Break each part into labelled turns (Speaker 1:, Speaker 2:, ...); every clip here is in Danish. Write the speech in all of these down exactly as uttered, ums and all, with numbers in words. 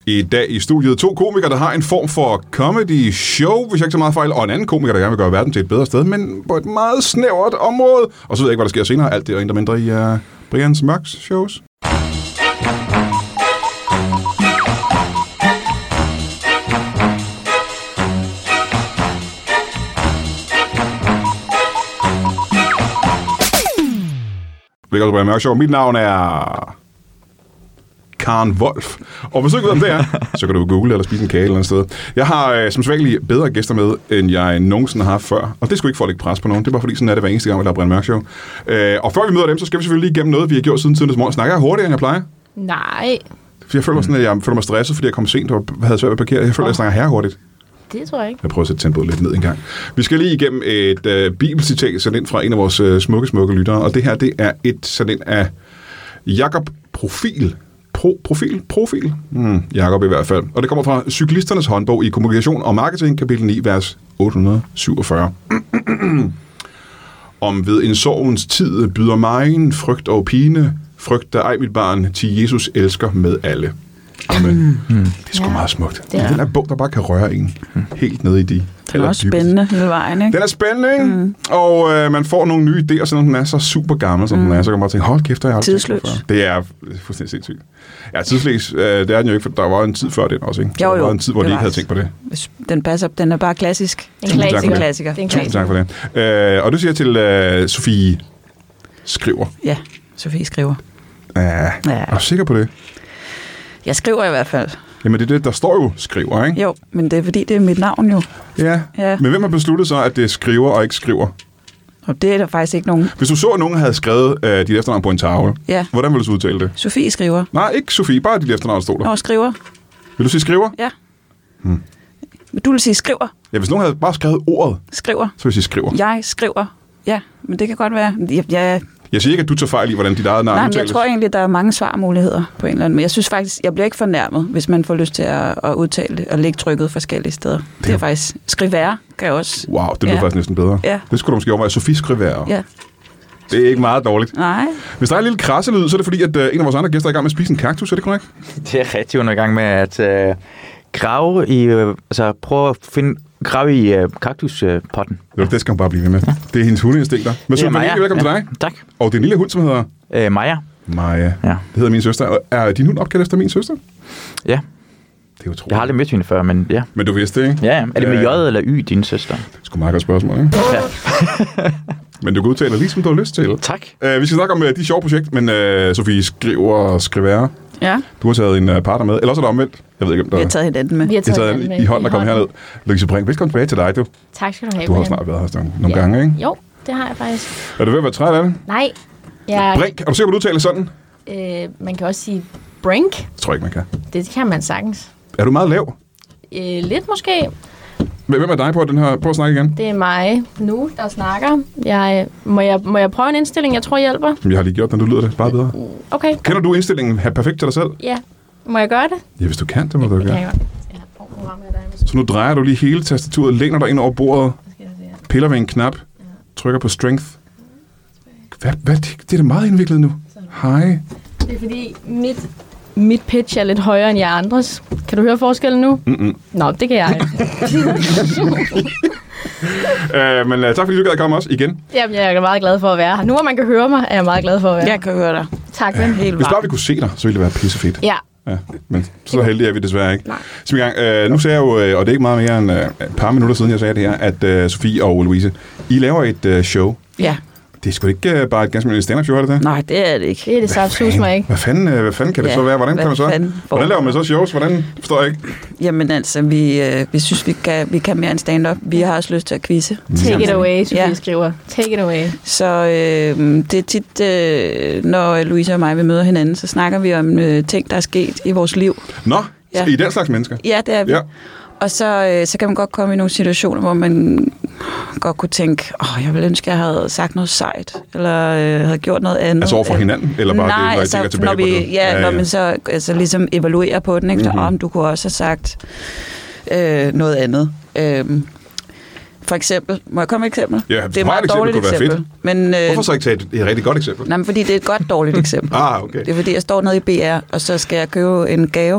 Speaker 1: I dag i studiet to komikere, der har en form for comedy show, hvis jeg ikke så meget fejl, og en anden komiker, der gerne vil gøre verden til et bedre sted, men på et meget snævert område. Og så ved jeg ikke, hvad der sker senere. Alt det og endda mindre i uh, Brians Mørks shows. Velkommen til Brian Mørk Show. Mit navn er Karen Wolf. Og hvis du ikke ved, om det er, så kan du google eller spise en kage eller andet sted. Jeg har øh, som sædvanligt bedre gæster med, end jeg nogensinde har haft før. Og det skulle ikke for at lægge pres på nogen. Det er bare fordi, sådan er det hver eneste gang, vi laver Brian Mørk Show. Øh, og før vi møder dem, så skal vi selvfølgelig lige igennem noget, vi har gjort siden tidens morgen. Snakker jeg hurtigere, end jeg plejer?
Speaker 2: Nej.
Speaker 1: For jeg føler mig sådan, at jeg føler mig stresset, fordi jeg kom sent og havde svært ved at parkere. Jeg føler, at jeg snakker her hurtigt.
Speaker 2: Det tror jeg ikke.
Speaker 1: Jeg prøver at sætte tempoet lidt ned en gang. Vi skal lige igennem et øh, bibelcitat sendt ind fra en af vores øh, smukke, smukke lyttere. Og det her, det er et sendt ind af Jakob Profil. Pro, profil? Profil? Hmm, Jakob i hvert fald. Og det kommer fra Cyklisternes håndbog i kommunikation og marketing, kapitel ni, vers otte hundrede syvogfyrre. Om ved en sorgens tid byder megen frygt og pine, frygt der ej mit barn, til Jesus elsker med alle. Amen. Mm. Det er sgu ja. meget smukt. Det er den her bog, der bare kan røre en helt ned i de.
Speaker 3: Den er også spændende hele vejen, ikke?
Speaker 1: Den er spændende, ikke? Mm. Og øh, man får nogle nye idéer, selvom den er så super gammel, som mm. den er. Så kan man bare tænke, hold kæft, jeg har aldrig tænkt på før. Det er fuldstændig sindssygt. Ja, tidsløs, øh, det er den jo ikke, for der var en tid før den også, ikke? Så jo, jo, der var en tid, hvor de ikke havde tænkt på det.
Speaker 3: Den passer, den er bare klassisk.
Speaker 2: En klassiker.
Speaker 3: klassiker.
Speaker 1: Tusind tak for det. Øh, og du siger til øh, Sofie Skriver.
Speaker 3: Ja, Sofie Skriver.
Speaker 1: Ja, ja. Er du sikker på det?
Speaker 3: Jeg skriver i hvert fald.
Speaker 1: Jamen det er det, der står jo skriver, ikke?
Speaker 3: Jo, men det er fordi, det er mit navn jo.
Speaker 1: Ja, ja. Men hvem har besluttet så, at det er skriver og ikke skriver?
Speaker 3: Og det er der faktisk ikke nogen.
Speaker 1: Hvis du så, at nogen havde skrevet øh, dit efternavn på en tavle,
Speaker 3: ja.
Speaker 1: Hvordan vil du så udtale det?
Speaker 3: Sofie Skriver.
Speaker 1: Nej, ikke Sofie, bare dit efternavn stod der.
Speaker 3: Nå, Skriver.
Speaker 1: Vil du sige skriver?
Speaker 3: Ja. Hmm. Du vil sige skriver.
Speaker 1: Ja, hvis nogen havde bare skrevet ordet.
Speaker 3: Skriver.
Speaker 1: Så vil jeg sige skriver.
Speaker 3: Jeg skriver. Ja, men det kan godt være. Jeg, jeg
Speaker 1: Jeg siger ikke, at du tager fejl i, hvordan dit eget navn
Speaker 3: udtales.
Speaker 1: udtales.
Speaker 3: Jeg tror egentlig, at der er mange svarmuligheder på en eller anden. Men jeg synes faktisk, jeg bliver ikke fornærmet, hvis man får lyst til at, at udtale det og lægge trykket forskellige steder. Det, det er faktisk skrivere, kan jeg også.
Speaker 1: Wow, det lyder ja. faktisk næsten bedre.
Speaker 3: Ja.
Speaker 1: Det skulle du måske overveje. Sofie Skrivere.
Speaker 3: Ja.
Speaker 1: Det er ikke meget dårligt.
Speaker 3: Nej.
Speaker 1: Hvis der er en lille krasselyd, så er det fordi, at uh, en af vores andre gæster er i gang med at spise en kaktus. Er det korrekt?
Speaker 4: Det er rigtigt, hun er i gang med at uh, grave i, uh, altså prøve at finde grave i uh, kaktuspotten.
Speaker 1: Jo, det skal hun bare blive ved med. Ja. Det er hendes hundeinstinkter. Men så er velkommen
Speaker 4: ja.
Speaker 1: til dig.
Speaker 4: Tak.
Speaker 1: Og det er en lille hund, som hedder?
Speaker 4: Uh, Maja.
Speaker 1: Maja.
Speaker 4: Ja.
Speaker 1: Det hedder min søster. Er din hund opkaldt efter min søster?
Speaker 4: Ja.
Speaker 1: Det er utroligt.
Speaker 4: Jeg har aldrig mødt hende før, men ja.
Speaker 1: Men du vidste det, ikke?
Speaker 4: Ja, ja. Er det med J eller Y, din søster?
Speaker 1: Det er sgu meget godt spørgsmål, ikke?
Speaker 4: Ja.
Speaker 1: Men du kan udtale lige, som du har lyst til.
Speaker 4: Tak.
Speaker 1: Uh, vi skal snakke om uh, de sjove projekt, men uh, Sofie Skriver og Skrivere.
Speaker 3: Ja.
Speaker 1: Du har taget en uh, partner med. Eller også er der omvendt. Jeg ved ikke, om der
Speaker 3: Vi har taget hinanden med.
Speaker 2: Vi har taget,
Speaker 1: taget hinanden med i hånden og kommet herned. Louise Brink, velkommen tilbage til dig, du.
Speaker 2: Tak skal du have.
Speaker 1: Du har snart været her nogle
Speaker 2: ja.
Speaker 1: gange, ikke?
Speaker 2: Jo, det har jeg faktisk.
Speaker 1: Er du ved at være træt af det?
Speaker 2: Nej. Jeg...
Speaker 1: Brink, er du sikker på, at du udtaler sådan?
Speaker 2: Øh, man kan også sige Brink.
Speaker 1: Det tror jeg ikke, man kan.
Speaker 2: Det kan man sagtens.
Speaker 1: Er du meget lav?
Speaker 2: Øh, lidt måske.
Speaker 1: Hvem er dig på den her? Prøv at snakke igen.
Speaker 2: Det er mig nu, der snakker. Jeg, må, jeg, må jeg prøve en indstilling, jeg tror hjælper?
Speaker 1: Jeg har lige gjort den, du lyder det bare bedre.
Speaker 2: Okay.
Speaker 1: Kender du indstillingen her perfekt til dig selv?
Speaker 2: Ja. Må jeg gøre det?
Speaker 1: Ja, hvis du kan, det må
Speaker 2: det,
Speaker 1: du
Speaker 2: det
Speaker 1: gøre.
Speaker 2: Kan jeg godt. Ja, oh,
Speaker 1: så nu drejer du lige hele tastaturet, læner dig ind over bordet, piller ved en knap, trykker på strength. Hvad? hvad det, det er da meget indviklet nu. Hej.
Speaker 2: Det er fordi mit, mit pitch er lidt højere end jer andres. Kan du høre forskellen nu?
Speaker 1: Mm-mm.
Speaker 2: Nå, det kan jeg.
Speaker 1: uh, men uh, tak fordi du gad at komme også igen.
Speaker 2: Jamen, jeg er meget glad for at være her. Nu hvor man kan høre mig, er jeg meget glad for at være her.
Speaker 3: Jeg kan høre dig.
Speaker 2: Tak, ven.
Speaker 1: Helt Hvis bare vi kunne se dig, så ville det være pissefedt.
Speaker 2: Ja.
Speaker 1: Ja, men så heldige er vi desværre ikke.
Speaker 2: Nej.
Speaker 1: Så gang, øh, nu sagde jeg jo, øh, og det er ikke meget mere end øh, et par minutter siden, jeg sagde det her, at øh, Sofie og Louise, I laver et øh, show.
Speaker 3: Ja.
Speaker 1: Det er sgu ikke øh, bare et ganske almindeligt stand-up show, er det det?
Speaker 3: Nej, det er det ikke.
Speaker 2: Det er det saftsus mig ikke.
Speaker 1: Hvad fanden, øh, hvad fanden kan det
Speaker 3: ja,
Speaker 1: så være? Hvordan kan man så? Hvordan laver man så shows? Hvordan forstår jeg ikke?
Speaker 3: Jamen altså, vi, øh, vi synes, vi kan, vi kan mere end stand-up. Vi har også lyst til at quizze.
Speaker 2: Take it away, Sofie
Speaker 3: ja.
Speaker 2: skriver. Take it away.
Speaker 3: Så øh, det er tit, øh, når Louise og mig vi møder hinanden, så snakker vi om øh, ting, der er sket i vores liv.
Speaker 1: Nå,
Speaker 3: ja.
Speaker 1: I er den slags mennesker?
Speaker 3: Ja, det er vi.
Speaker 1: Ja.
Speaker 3: Og så, øh, så kan man godt komme i nogle situationer, hvor man godt kunne tænke, åh, oh, jeg ville ønske, at jeg havde sagt noget sejt, eller øh, havde gjort noget andet.
Speaker 1: Altså over for hinanden? Eller bare
Speaker 3: Nej,
Speaker 1: det, når
Speaker 3: altså,
Speaker 1: I tænker tilbage
Speaker 3: når vi,
Speaker 1: på det?
Speaker 3: Ja, ja, når man så altså, ligesom evaluerer på den, ikke? Mm-hmm. Så, om du kunne også have sagt øh, noget andet. Øhm, for eksempel, må jeg komme med et eksempel?
Speaker 1: Ja,
Speaker 3: det er et meget
Speaker 1: eksempel,
Speaker 3: dårligt
Speaker 1: kunne
Speaker 3: eksempel.
Speaker 1: Være fedt.
Speaker 3: Men, øh,
Speaker 1: Hvorfor så ikke tage et, et rigtig godt eksempel?
Speaker 3: Nej, men fordi det er et godt dårligt eksempel.
Speaker 1: Ah, okay.
Speaker 3: Det er fordi, jeg står nede i B R, og så skal jeg købe en gave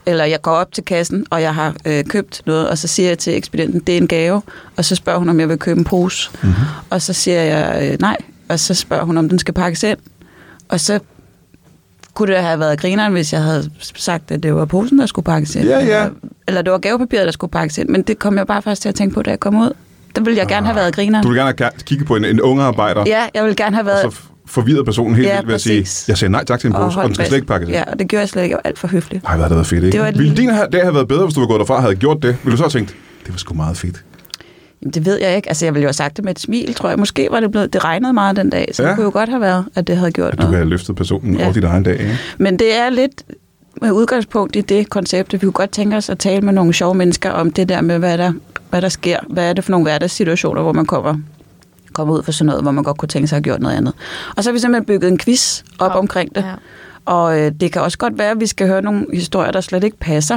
Speaker 3: eller jeg går op til kassen, og jeg har øh, købt noget, og så siger jeg til ekspedienten, det er en gave, og så spørger hun, om jeg vil købe en pose. Mm-hmm. Og så siger jeg øh, nej, og så spørger hun, om den skal pakkes ind. Og så kunne det have været grineren, hvis jeg havde sagt, at det var posen, der skulle pakkes ind.
Speaker 1: Ja, ja.
Speaker 3: Eller, eller det var gavepapiret, der skulle pakkes ind. Men det kom jeg bare først til at tænke på, da jeg kom ud. Der ville jeg gerne have været grineren.
Speaker 1: Du vil gerne have kigget på en, en unge arbejder,
Speaker 3: Ja, jeg ville gerne have været...
Speaker 1: og så forvirret personen helt
Speaker 3: Ja,
Speaker 1: vildt ved at sige,
Speaker 3: præcis.
Speaker 1: jeg siger nej tak til en
Speaker 3: Og
Speaker 1: pose, og,
Speaker 3: hold
Speaker 1: den skal
Speaker 3: fast.
Speaker 1: slet ikke pakkes ind.
Speaker 3: Ja, og det gjorde jeg slet ikke. Jeg var alt for høflig.
Speaker 1: Ej, hvad havde det været fedt, ikke?
Speaker 3: Det var et
Speaker 1: Ville
Speaker 3: lille-
Speaker 1: din her- dag have været bedre, hvis du var gået derfra og havde gjort det? Ville du så have tænkt, det var sgu meget fedt?
Speaker 3: Jamen, det ved jeg ikke. Altså, jeg ville jo have sagt det med et smil, tror jeg. Måske var det blevet... Det regnede meget den dag, så
Speaker 1: Ja.
Speaker 3: det kunne jo godt have været, at det havde gjort
Speaker 1: At du
Speaker 3: noget.
Speaker 1: havde løftet personen
Speaker 3: Ja.
Speaker 1: over dit egen dag, ikke?
Speaker 3: Men det er lidt med udgangspunkt i det koncept, at vi kunne godt tænke os at tale med nogle sjove mennesker om det der med, hvad der, hvad der sker. Hvad er det for nogle hverdagssituationer, hvor man kommer, kommer ud for sådan noget, hvor man godt kunne tænke sig at have gjort noget andet. Og så har vi simpelthen bygget en quiz op
Speaker 2: Op.
Speaker 3: omkring det.
Speaker 2: Ja.
Speaker 3: Og øh, det kan også godt være, at vi skal høre nogle historier, der slet ikke passer.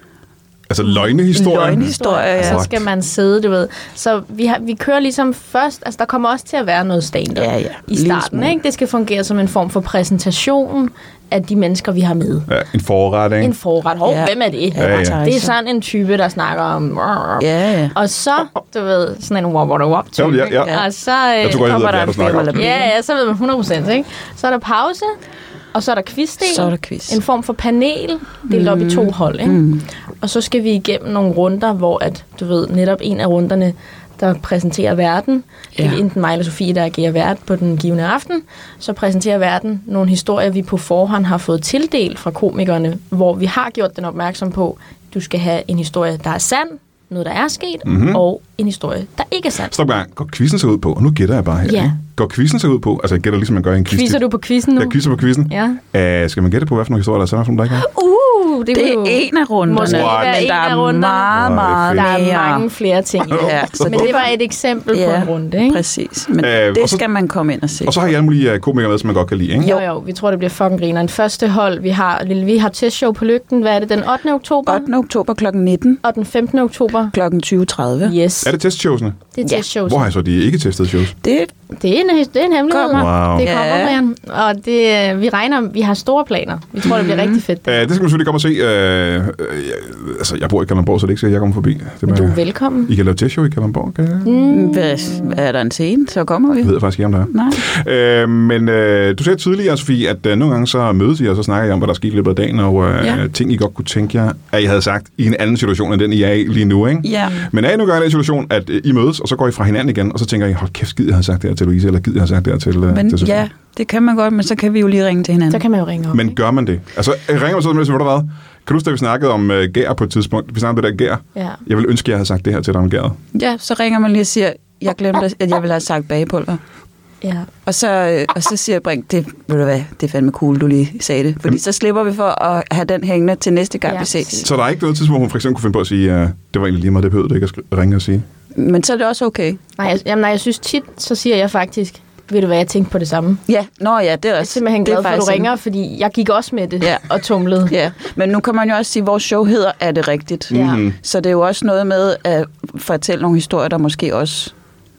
Speaker 1: Altså løgnehistorien.
Speaker 3: Løgnehistorier,
Speaker 2: Og
Speaker 3: ja.
Speaker 2: så skal man sidde, du ved. Så vi, har, vi kører ligesom først, altså der kommer også til at være noget stand-up
Speaker 3: Ja, ja.
Speaker 2: i
Speaker 3: Lille
Speaker 2: starten,
Speaker 3: smule.
Speaker 2: ikke? Det skal fungere som en form for præsentation af de mennesker, vi har med.
Speaker 1: Ja, en forret, ikke?
Speaker 2: En forret. Hov,
Speaker 3: Ja.
Speaker 2: hvem er det?
Speaker 3: Ja,
Speaker 1: ja.
Speaker 2: Det er sådan en type, der snakker om...
Speaker 3: Ja, ja.
Speaker 2: Og så, du ved, sådan en wop-wop type.
Speaker 1: Ja, ja, ja.
Speaker 2: Og så,
Speaker 1: Jeg tror godt, jeg ved,
Speaker 3: kommer
Speaker 1: hvad
Speaker 3: der
Speaker 1: det er,
Speaker 3: en
Speaker 1: du snakker om.
Speaker 3: fem eller
Speaker 2: ja, ja, så ved man hundrede procent, ikke? Så er der pause, og så er der quizstil.
Speaker 3: Så er der quiz.
Speaker 2: En form for panel, delt op i to hold, ikke?
Speaker 3: Mm.
Speaker 2: Og så skal vi igennem nogle runder, hvor at, du ved, netop en af runderne, der præsenterer verden. Det er
Speaker 3: Ja.
Speaker 2: enten mig eller Sofie, der agerer vært på den givende aften. Så præsenterer verden nogle historier, vi på forhånd har fået tildelt fra komikerne, hvor vi har gjort den opmærksom på, du skal have en historie, der er sand, noget, der er sket, mm-hmm. og en historie, der ikke er sand.
Speaker 1: Stop gang. Går quizzen sig ud på, og nu gætter jeg bare her,
Speaker 2: Ja.
Speaker 1: ikke? Går quizzen sig ud på, altså jeg gætter ligesom man gør i en quiz.
Speaker 2: Quizzer du på quizzen nu?
Speaker 1: Jeg quizzer på quizzen.
Speaker 2: Ja.
Speaker 1: Uh, skal man gætte på, hvad for nogle historier der er sand, og der ikke er?
Speaker 2: Uh, det,
Speaker 3: Det
Speaker 2: vil
Speaker 3: er
Speaker 2: jo
Speaker 3: en af runderne,
Speaker 2: måske
Speaker 1: What?
Speaker 2: være
Speaker 3: men
Speaker 2: en
Speaker 3: der
Speaker 2: af
Speaker 3: er
Speaker 2: runderne.
Speaker 3: meget, meget
Speaker 2: Der er
Speaker 3: mere.
Speaker 2: mange flere ting.
Speaker 3: Ja, så
Speaker 2: Men det var et eksempel på en runde, ikke?
Speaker 3: Præcis. Men
Speaker 1: Øh,
Speaker 3: det
Speaker 1: og så-
Speaker 3: skal man komme ind og se.
Speaker 1: Og så har I alle mulige uh, komikere med, som man godt kan lide, ikke?
Speaker 2: Jo, jo, vi tror, det bliver fucking griner. En første hold, vi har, vi har testshow på Lygten. Hvad er det, den ottende oktober?
Speaker 3: ottende oktober klokken nitten,
Speaker 2: Og den femtende oktober?
Speaker 3: klokken tyve tredive.
Speaker 2: Yes,
Speaker 1: Er det testshowsene?
Speaker 2: det er
Speaker 3: Ja.
Speaker 2: testshows.
Speaker 1: Hvor har I så de ikke testet shows?
Speaker 3: Det
Speaker 2: Det er en, det er en hemmelighed.
Speaker 3: Kommer.
Speaker 1: Wow.
Speaker 2: Det kommer,
Speaker 3: Ja.
Speaker 2: Brian. Og det, øh, vi regner, vi har store planer. Vi tror, det bliver rigtig fedt.
Speaker 1: Uh, det skal man selvfølgelig komme og se. Uh, uh, jeg, altså, jeg bor i Kalundborg, så det er ikke sikkert, jeg kommer forbi. Det
Speaker 2: Men
Speaker 1: med,
Speaker 2: du er velkommen.
Speaker 1: I kan lave testshow i Kalundborg, kan jeg?
Speaker 2: Mm.
Speaker 3: Hvad, er der en scene, så kommer vi.
Speaker 1: Jeg ved faktisk ikke, om der er.
Speaker 3: Nej.
Speaker 1: Øh, men øh, du sagde tidligere, Sofie, at øh, nogle gange så mødes I, og så snakker I om, hvad der skete i løbet af dagen, og øh,
Speaker 3: Ja.
Speaker 1: ting, I godt kunne tænke jer, at I havde sagt i en anden situation, end den, I er i lige nu, ikke?
Speaker 3: Ja.
Speaker 1: Men er I nogle gange i den situation, at øh, I mødes, og så går I fra hinanden igen, og så tænker I, hold kæft, skid, jeg havde sagt det her til Louise, eller gid, jeg havde sagt det her til, øh,
Speaker 3: Men
Speaker 1: til Sofie.
Speaker 3: ja, det kan man godt, men så kan vi jo lige ringe til hinanden.
Speaker 2: Så kan man jo ringe op.
Speaker 1: Men
Speaker 2: ikke?
Speaker 1: gør man det? Altså, jeg ringer mig så med, ved du hvad? Kan du huske, da vi snakkede om øh, gær på et tidspunkt? Vi snakkede om det der gær.
Speaker 2: Ja.
Speaker 1: Jeg vil ønske, at jeg havde sagt det her til dig om gæret.
Speaker 3: Ja, så ringer man lige og siger, jeg glemte, at jeg ville have sagt bagepulver.
Speaker 2: Ja.
Speaker 3: Og så, øh, og så siger Brink, det, ved du hvad, det er fandme cool, du lige sagde det. Fordi så slipper vi for at have den hængende til næste gang,
Speaker 2: Ja,
Speaker 3: vi ses.
Speaker 2: præcis.
Speaker 1: Så der er ikke noget tidspunkt, hvor hun for eksempel kunne finde på at sige, uh, det var egentlig lige meget, det behøvede du ikke at skri- ringe og sige.
Speaker 3: Men så er det også okay.
Speaker 2: Nej, jeg, jamen, nej, jeg synes tit, så siger jeg faktisk, ved du hvad, jeg tænkte på det samme.
Speaker 3: Ja, nå ja, det er også.
Speaker 2: Jeg er simpelthen
Speaker 3: det er
Speaker 2: glad for, at du
Speaker 3: faktisk
Speaker 2: ringer, fordi jeg gik også med det
Speaker 3: Ja.
Speaker 2: og tumlede.
Speaker 3: Ja, men nu kan man jo også sige, at vores show hedder Er det rigtigt?
Speaker 2: Ja.
Speaker 1: Mhm.
Speaker 3: Så det er jo også noget med at fortælle nogle historier, der måske også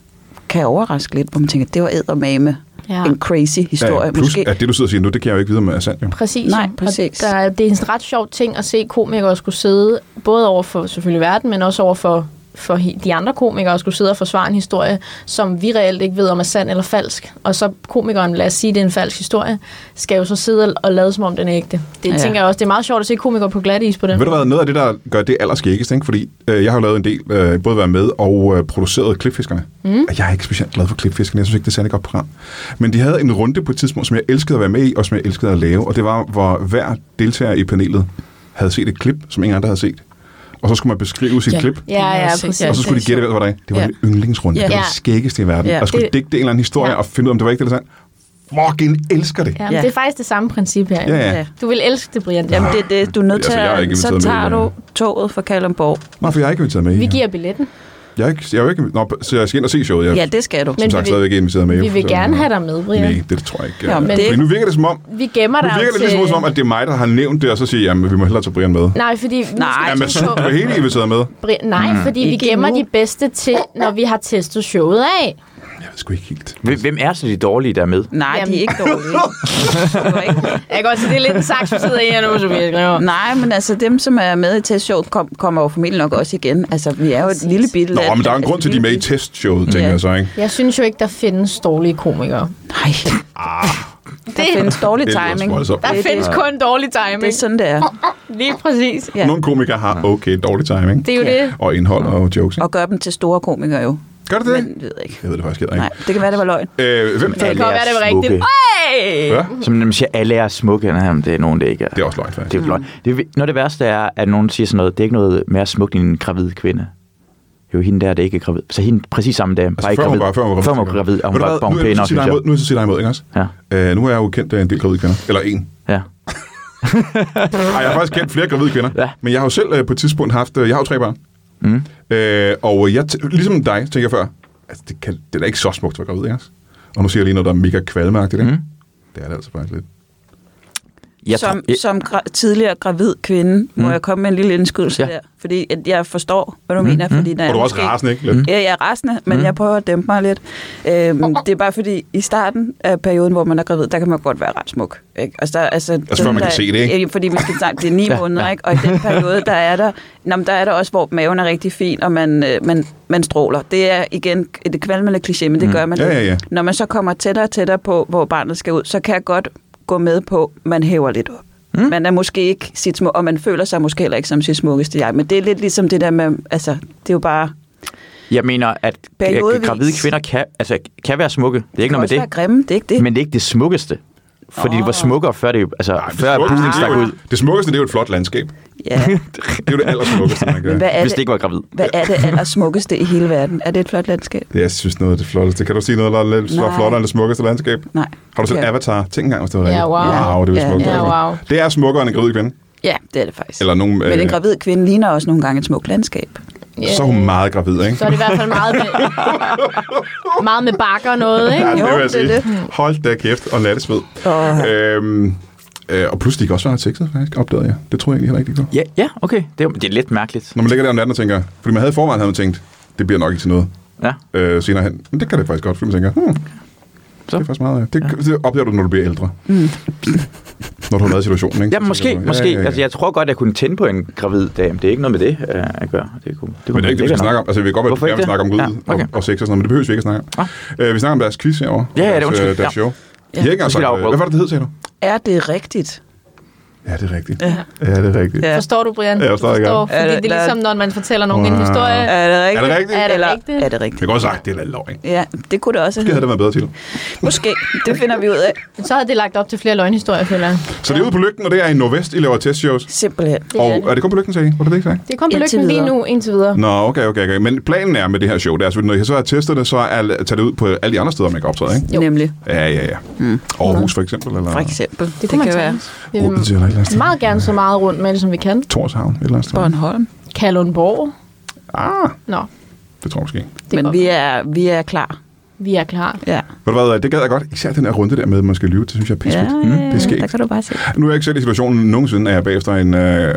Speaker 3: kan overraske lidt, hvor man tænker, det var eddermame
Speaker 2: Ja.
Speaker 3: en crazy historie.
Speaker 1: Ja, plus,
Speaker 3: måske.
Speaker 1: at det, du sidder og siger nu, det kan jeg jo ikke vide, om er sandt, jo.
Speaker 2: Præcis.
Speaker 3: Nej,
Speaker 2: jo. Og
Speaker 3: præcis.
Speaker 2: Der, er- det er en ret sjov ting at se komikere skulle sidde, både over for selvfølgelig verden, men også over for, for hi- de andre komikere, skulle sidde og forsvare en historie, som vi reelt ikke ved, om er sand eller falsk. Og så komikeren, lad os sige, det er en falsk historie, skal jo så sidde og lade som om den er ægte. Det
Speaker 3: Ja.
Speaker 2: ja. tænker jeg også, det er meget sjovt at se komikere på glatte is på den.
Speaker 1: Ved du hvad, noget af det, der gør det allerskæggest, ikke? Fordi øh, jeg har jo lavet en del, øh, både været med og øh, produceret Klipfiskerne. Mm. Jeg er ikke specielt glad for Klipfiskerne, jeg synes ikke, det er særlig godt program. Men de havde en runde på et tidspunkt, som jeg elskede at være med i, og som jeg elskede at lave, og det var, hvor hver deltager i panelet havde set et klip, som ingen andre havde set. Og så skulle man beskrive sit
Speaker 3: Ja.
Speaker 1: klip,
Speaker 2: Ja, ja,
Speaker 3: Ja,
Speaker 1: og
Speaker 2: præcis.
Speaker 1: så
Speaker 3: Ja,
Speaker 1: skulle de
Speaker 3: det er
Speaker 1: gætte, hvad det var der. Det var
Speaker 3: Ja.
Speaker 1: en yndlingsrunde.
Speaker 3: Ja.
Speaker 1: Det var
Speaker 2: Ja.
Speaker 1: det skæggeste i verden.
Speaker 3: Ja.
Speaker 1: Og skulle
Speaker 2: Det-
Speaker 1: digte en eller anden historie
Speaker 2: Ja.
Speaker 1: og finde ud af, om det var ikke eller sandt. Fucking elsker det.
Speaker 2: Ja, men
Speaker 3: Ja.
Speaker 2: det er faktisk det samme princip her. jo.
Speaker 1: Ja, ja.
Speaker 3: Ja.
Speaker 2: Du vil elske det, Brian.
Speaker 3: Jamen, det er det. Du er nødt
Speaker 1: Altså,
Speaker 3: til
Speaker 1: jeg er ikke
Speaker 3: at... Så
Speaker 1: inviteret med
Speaker 3: tager
Speaker 1: i
Speaker 3: du
Speaker 1: det.
Speaker 3: toget fra Kalundborg.
Speaker 1: Nej, for jeg er ikke inviteret med i.
Speaker 2: Vi
Speaker 1: her.
Speaker 2: giver billetten.
Speaker 1: Jeg er ikke, jeg er jo ikke, nå, så jeg skal ind og se showet. Jeg,
Speaker 3: Ja, det skal du.
Speaker 1: som
Speaker 2: Men
Speaker 1: sagt
Speaker 2: vi vil-
Speaker 1: stadigvæk ikke inviteret med.
Speaker 2: Vi vil
Speaker 1: så-
Speaker 2: gerne have dig med, Brian.
Speaker 1: Nej, det tror jeg ikke.
Speaker 3: Ja, men
Speaker 1: Fordi
Speaker 3: det-
Speaker 1: nu virker det som om,
Speaker 2: Vi gemmer
Speaker 1: nu
Speaker 2: dig
Speaker 1: virker
Speaker 2: jo
Speaker 1: det
Speaker 2: til...
Speaker 1: lidt som om, at det er mig, der har nævnt det, og så siger jeg, at vi må hellere tage Brian med.
Speaker 2: Nej, fordi... nu
Speaker 3: Nej.
Speaker 2: skal
Speaker 1: Jamen,
Speaker 2: du
Speaker 1: så
Speaker 2: på-
Speaker 1: du er helt inviteret med.
Speaker 2: Bri- Nej, fordi vi
Speaker 3: Ikke
Speaker 2: gemmer
Speaker 3: endnu.
Speaker 2: de bedste til, når vi har testet showet af.
Speaker 1: sgu ikke helt.
Speaker 4: Hvem er så de dårlige, der er med?
Speaker 3: Nej,
Speaker 2: Jamen.
Speaker 3: de er ikke dårlige. Det var ikke.
Speaker 2: Jeg kan godt sige, det er lidt en saks, vi sidder i her nu, Sofie skriver.
Speaker 3: Nej, men altså dem, som er med i testshowet, kom, kommer jo formentlig nok også igen. Altså, vi er jo et lille bitte
Speaker 1: Nå,
Speaker 3: land.
Speaker 1: men der er en
Speaker 3: altså,
Speaker 1: grund til, at de er med i testshowet, tænker
Speaker 3: Ja.
Speaker 1: jeg så, ikke?
Speaker 2: Jeg synes jo ikke, der findes dårlige komikere.
Speaker 3: Nej,
Speaker 1: Ah,
Speaker 3: der findes dårlig
Speaker 1: det lyder
Speaker 3: timing.
Speaker 1: voldsomt.
Speaker 2: Der
Speaker 3: Det-
Speaker 2: findes
Speaker 3: det-
Speaker 2: kun dårlig timing.
Speaker 3: Det er sådan, det er.
Speaker 2: Lige præcis.
Speaker 3: Ja.
Speaker 1: Nogle komikere har okay dårlig timing.
Speaker 2: Det er jo
Speaker 3: Ja.
Speaker 2: det.
Speaker 1: Og indhold og jokes, ikke?
Speaker 3: Og gør dem til store komikere jo.
Speaker 1: Gør det det?
Speaker 3: Men, ved jeg ikke.
Speaker 1: Jeg ved det faktisk heller ikke.
Speaker 3: Nej, det kan være, det var løgn.
Speaker 1: Øh, hvem
Speaker 2: Det kan
Speaker 4: Alle
Speaker 2: godt
Speaker 4: er
Speaker 2: være, det var
Speaker 4: smukke.
Speaker 2: rigtigt. Hey!
Speaker 1: Ja,
Speaker 4: Som man siger, alle er smukke, jamen, det er nogen, det ikke er.
Speaker 1: det er også løgn, faktisk.
Speaker 4: Det er løgn. Det er, noget af det værste er, at nogen siger sådan noget, det er ikke noget mere smukt end en gravid kvinde. Jo, hende der, det er ikke gravid. Så hende præcis samme dag, bare ikke
Speaker 1: før hun
Speaker 4: gravid.
Speaker 1: var- før hun var
Speaker 4: Før hun var
Speaker 1: gravid.
Speaker 4: gravid, og hun
Speaker 1: Ved du
Speaker 4: var
Speaker 1: hvad, nu
Speaker 4: bare
Speaker 1: er jeg
Speaker 4: pæn
Speaker 1: nødt
Speaker 4: og
Speaker 1: til at sige dig
Speaker 4: synes jeg.
Speaker 1: imod- nu er jeg til at sige dig imod, ikke også?
Speaker 4: Ja,
Speaker 1: Øh, nu er jeg jo kendt af en del gravide kvinder. Eller en.
Speaker 4: ja.
Speaker 1: Ej, jeg har faktisk kendt flere gravide kvinder.
Speaker 4: Ja.
Speaker 1: Men jeg har jo selv øh, på et tidspunkt haft... Øh, jeg har jo tre børn.
Speaker 4: Mm. Øh,
Speaker 1: og jeg, t- ligesom dig, tænker jeg før, altså, det, kan, det er da ikke så smukt at være gravid, ikke også? Og nu siger jeg lige noget, der er mega kvalmagtigt, ikke?
Speaker 4: Mm.
Speaker 1: Det er det altså faktisk lidt.
Speaker 4: Jeg
Speaker 3: som
Speaker 4: tror, jeg,
Speaker 3: som gra- tidligere gravid kvinde, må
Speaker 4: Mm.
Speaker 3: jeg komme med en lille indskydelse
Speaker 4: Ja.
Speaker 3: der. Fordi at jeg forstår, hvad du
Speaker 4: Mm,
Speaker 3: mener.
Speaker 4: mm.
Speaker 3: Fordi, når
Speaker 1: Og
Speaker 3: jeg
Speaker 1: du er også
Speaker 3: måske-
Speaker 1: rasende, ikke? Lidt.
Speaker 3: Ja, jeg er rasende, men
Speaker 4: Mm.
Speaker 3: jeg prøver at dæmpe mig lidt. Øhm, det er bare fordi, i starten af perioden, hvor man er gravid, der kan man godt være ret smuk. Ikke? Altså, der, altså,
Speaker 1: Altså, før man kan
Speaker 3: der,
Speaker 1: se det, ikke?
Speaker 3: Ja, fordi man skal snakke, det er ni
Speaker 4: Ja,
Speaker 3: måneder,
Speaker 4: ja.
Speaker 3: ikke? Og i den periode, der er der, nå, men der er der også, hvor maven er rigtig fin, og man, øh, man, man stråler. Det er igen et kvalmende kliché, men det
Speaker 4: Mm.
Speaker 3: gør man.
Speaker 1: Ja, ja, ja.
Speaker 3: Når man så kommer tættere og tættere på, hvor barnet skal ud, så kan jeg godt gå med på, man hæver lidt op. Mm. Man er måske ikke sit smuk, og man føler sig måske heller ikke som sit smukkeste jeg. Men det er lidt ligesom det der med, altså, det er jo bare...
Speaker 4: jeg mener, at
Speaker 3: Periodevis.
Speaker 4: gravide kvinder kan, altså, kan være smukke. Det er ikke
Speaker 3: kan
Speaker 4: noget med
Speaker 3: også
Speaker 4: det.
Speaker 3: være grimme, det er ikke det.
Speaker 4: Men det er ikke det smukkeste. Fordi det var smukkere før det, altså,
Speaker 1: Ej, det
Speaker 4: før
Speaker 1: smukkeste,
Speaker 4: bulen
Speaker 1: det,
Speaker 4: stak
Speaker 1: er jo,
Speaker 4: ud.
Speaker 1: det smukkeste, det er jo et flot landskab.
Speaker 3: Ja.
Speaker 1: Det er jo det allersmukkeste, man
Speaker 3: Men
Speaker 1: kan.
Speaker 3: hvad er,
Speaker 4: Hvis det
Speaker 3: det,
Speaker 4: ikke var gravid.
Speaker 3: hvad er det allersmukkeste i hele verden? Er det et flot landskab?
Speaker 1: Jeg synes noget af det flotteste. Kan du sige noget, der er lidt
Speaker 3: Nej.
Speaker 1: flottere end det smukkeste landskab?
Speaker 3: Nej.
Speaker 1: Har du set
Speaker 3: Okay.
Speaker 1: Avatar? Tænk engang, hvis det var
Speaker 2: Ja,
Speaker 1: rigtigt.
Speaker 2: wow.
Speaker 1: Wow, det er
Speaker 3: Ja,
Speaker 1: smukt.
Speaker 2: ja, wow.
Speaker 1: Det er smukkere end en gravid kvinde.
Speaker 3: Ja, det er det faktisk.
Speaker 1: Eller nogen,
Speaker 3: Men en
Speaker 1: øh,
Speaker 3: gravid kvinde ligner også nogle gange et smukt landskab.
Speaker 2: Ja.
Speaker 1: så er hun meget gravid, ikke?
Speaker 2: Så er det i hvert fald meget med, meget med bakker og noget, ikke?
Speaker 1: Ja, det
Speaker 3: Jo,
Speaker 1: vil jeg
Speaker 3: det
Speaker 1: sige.
Speaker 3: er
Speaker 1: Hold da kæft og nattesved.
Speaker 3: Og,
Speaker 1: Øhm, øh, og pludselig kan også være sexet, faktisk, opdagede jeg. Det tror jeg egentlig heller ikke, det går.
Speaker 4: Ja, ja, okay. Det er, det er lidt mærkeligt.
Speaker 1: Når man ligger der om natten og tænker, fordi man havde i forvejen, havde man tænkt, det bliver nok ikke til noget
Speaker 4: Ja.
Speaker 1: øh, senere hen. Men det kan det faktisk godt, fordi man tænker, hmm,
Speaker 4: Så.
Speaker 1: det er faktisk meget... Det, det opdager du, når du bliver ældre.
Speaker 3: mm.
Speaker 1: Når du har været i situationen, ikke?
Speaker 4: Ja,
Speaker 1: Så
Speaker 4: måske,
Speaker 1: tænker du,
Speaker 4: måske.
Speaker 1: Ja, ja, ja.
Speaker 4: Altså, jeg tror godt, jeg kunne tænde på en gravid dame. Det er ikke noget med det øh, at gøre. Det kunne, det kunne
Speaker 1: Men det er ikke det, vi skal
Speaker 4: lækkert
Speaker 1: snakke
Speaker 4: nok.
Speaker 1: om. Altså, vi vil godt være,
Speaker 4: Hvorfor
Speaker 1: at vi
Speaker 4: ikke
Speaker 1: gerne vil snakke om
Speaker 4: det?
Speaker 1: grid
Speaker 4: Ja, okay.
Speaker 1: og, og sex og sådan noget, men det behøver vi ikke at snakke om.
Speaker 4: Ah.
Speaker 1: Øh, vi snakker om deres quiz herovre.
Speaker 4: Ja, ja, det er
Speaker 1: deres,
Speaker 4: undskyld.
Speaker 1: øh, deres
Speaker 4: Ja.
Speaker 1: show. Ja. Jeg ikke
Speaker 4: Undskyld,
Speaker 1: sagt,
Speaker 4: afbrud.
Speaker 1: hvad var det, det hed, sagde du?
Speaker 3: Er det rigtigt?
Speaker 1: Ja, det er rigtigt.
Speaker 3: Ja.
Speaker 1: Ja, det er rigtigt.
Speaker 3: Ja.
Speaker 2: Forstår du, Brian?
Speaker 1: Ja, jeg forstår ikke.
Speaker 2: Fordi
Speaker 3: Er det-
Speaker 2: det er ligesom, når man fortæller nogen en
Speaker 1: Wow.
Speaker 2: historie.
Speaker 3: Er det rigtigt?
Speaker 1: Er det rigtigt?
Speaker 2: Er det
Speaker 3: Eller,
Speaker 2: rigtigt?
Speaker 3: Er det rigtigt?
Speaker 1: Jeg kan godt sagt, det er lidt løgn.
Speaker 3: Ja, det kunne det også
Speaker 1: Det havde
Speaker 3: have.
Speaker 1: det været bedre til.
Speaker 3: Måske. Det finder vi ud af.
Speaker 2: Så havde det lagt op til flere løgnhistorier, føler jeg.
Speaker 1: Så det er ude på Lygten, og det er i Nordvest, I laver testshows.
Speaker 3: Simpelthen.
Speaker 2: Det
Speaker 1: Og
Speaker 2: er det.
Speaker 1: er det kun på Lygten, sagde I? Var det det, I sagde?
Speaker 2: Det er kun på
Speaker 3: Indtil
Speaker 2: lygten lige
Speaker 3: videre.
Speaker 2: nu, indtil videre.
Speaker 1: Nå, okay, okay, okay. Men planen er med det her show, det er altså, når I så har testet det, så er at tage det ud på alle de andre steder, man kan optræde, ikke?
Speaker 2: Jo.
Speaker 3: Nemlig.
Speaker 1: Ja, ja, ja.
Speaker 3: Mm.
Speaker 1: Aarhus for eksempel, eller
Speaker 3: For eksempel. Det,
Speaker 2: Det kunne man
Speaker 3: kan være
Speaker 2: tage. Vi vil
Speaker 1: Odense eller et eller andet sted.
Speaker 2: meget gerne så meget rundt med det, som vi kan.
Speaker 1: Torshavn, et eller andet sted.
Speaker 3: Bornholm.
Speaker 2: Kalundborg.
Speaker 1: Ah,
Speaker 2: Nå,
Speaker 1: det tror jeg måske.
Speaker 2: det
Speaker 3: Men
Speaker 2: går.
Speaker 3: vi er, vi er klar.
Speaker 2: vi er klar.
Speaker 3: Ja.
Speaker 1: Ved du hvad, det gad jeg godt. Især den her runde der med, at man skal lyve, det synes jeg er pisse
Speaker 3: Ja,
Speaker 1: fedt. Mm, det er skægt.
Speaker 3: der kan du bare se.
Speaker 1: Nu er jeg ikke selv i situationen nogensinde, at jeg bagefter en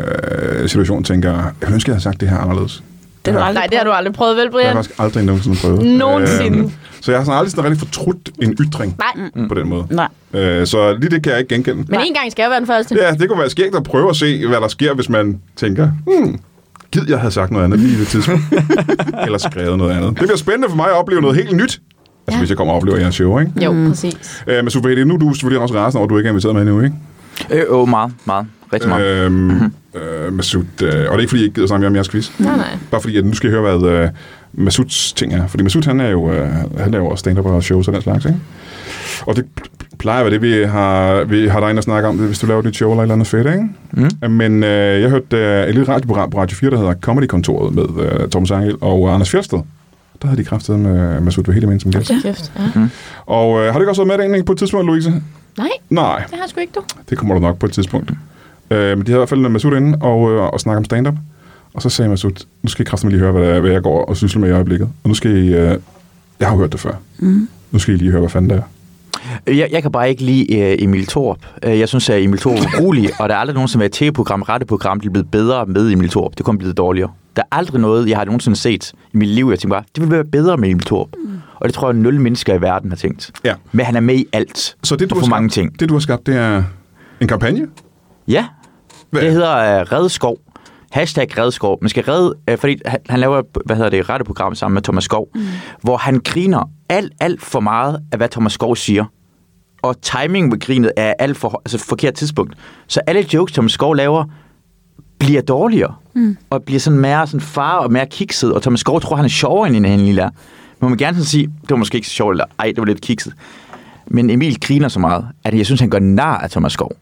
Speaker 1: øh, situation tænker, jeg ville ønske, jeg havde sagt det her anderledes.
Speaker 3: Det har du aldrig
Speaker 2: Nej, det har du aldrig prøvet, vel,
Speaker 1: Jeg har
Speaker 2: Brian?
Speaker 1: faktisk aldrig nogensinde prøvet.
Speaker 2: Nogensinde.
Speaker 1: Øhm, så jeg har sådan aldrig sådan rigtig fortrudt en ytring
Speaker 2: Nej,
Speaker 1: mm. på den måde.
Speaker 3: Nej.
Speaker 1: Øh, så lige det kan jeg ikke genkende.
Speaker 2: men en gang skal jeg være den første.
Speaker 1: Ja, det kunne være skægt at prøve at se, hvad der sker, hvis man tænker, hmm, gid jeg havde sagt noget andet lige i det tidspunkt. Eller skrevet noget andet. Det bliver spændende for mig at opleve noget helt nyt. Altså,
Speaker 2: Ja.
Speaker 1: hvis jeg kommer og oplever jeres show, ikke?
Speaker 2: Jo, præcis.
Speaker 1: Øh, men Sofie, nu er du selvfølgelig også rasende over, at du ikke er inviteret med endnu, ikke?
Speaker 4: Øh, åh, meget, meget. Rigtig meget.
Speaker 1: Øhm, øh, Masud, øh, og det er ikke, fordi jeg ikke gider snakke mere om jeres quiz.
Speaker 2: Nej, nej.
Speaker 1: Bare fordi, at nu skal jeg høre, hvad øh, Masuds ting er. Fordi Masud, han er jo, øh, han laver stand-up og shows og den slags, ikke? Og det plejer at være det, vi har, vi har dig inde at snakke om, hvis du laver dit show eller et eller andet fedt, ikke?
Speaker 4: Mm.
Speaker 1: Men øh, jeg hørte øh, et lille radioprogram på Radio fire, der hedder Comedy-kontoret med øh, Thomas Angel og Anders Fjeldsted. Der havde de kraftet med Masud Vahedi som gæst.
Speaker 2: Ja. Kæft, ja.
Speaker 1: Og øh, har du ikke også været med det egentlig på et tidspunkt, Louise?
Speaker 2: Nej,
Speaker 1: Nej,
Speaker 2: det har jeg sgu ikke, du.
Speaker 1: det kommer du nok på et tidspunkt. Øh, men de havde i hvert fald Masud inde og, øh, og snakke om stand-up. Og så sagde Masud, nu skal I kraftigt lige høre, hvad, der er, hvad jeg går og sysler med i øjeblikket. Og nu skal I... Øh, jeg har jo hørt det før.
Speaker 3: Mm.
Speaker 1: Nu skal I lige høre, hvad fanden det er.
Speaker 4: Jeg, jeg kan bare ikke lide uh, Emil Thorup. Uh, jeg synes, at Emil Thorup er urolig, og der er aldrig nogen, som er et tv-program, retteprogram, de er blevet bedre med Emil Thorup. Det kommer blevet dårligere. Der er aldrig noget, jeg har nogensinde set i mit liv, jeg tænker bare, det ville være bedre med Emil Thorup. Mm. Og det tror jeg, nul mennesker i verden har tænkt.
Speaker 1: Ja.
Speaker 4: Men han er med i alt.
Speaker 1: Så det, du
Speaker 4: og
Speaker 1: har
Speaker 4: for mange
Speaker 1: skabt,
Speaker 4: ting.
Speaker 1: det, du har skabt, det er en kampagne?
Speaker 4: Ja. Hvad? Det hedder uh, Redskov. Hashtag Redskov. Man skal redde, uh, fordi han, han laver, hvad hedder det, retteprogram sammen med Thomas Skov, mm. hvor han griner alt, alt for meget af, hvad Thomas Skov siger. Og timingen med grinet er alt for, altså forkert tidspunkt. Så alle jokes, Thomas Skov laver, bliver dårligere. Mm. Og bliver sådan mere sådan far og mere kikset. Og Thomas Skov tror, han er sjovere end en lille er. Man må gerne sådan sige, det var måske ikke så sjovt, eller ej, det var lidt kikset. Men Emil griner så meget, at jeg synes, han gør nar af Thomas Skov.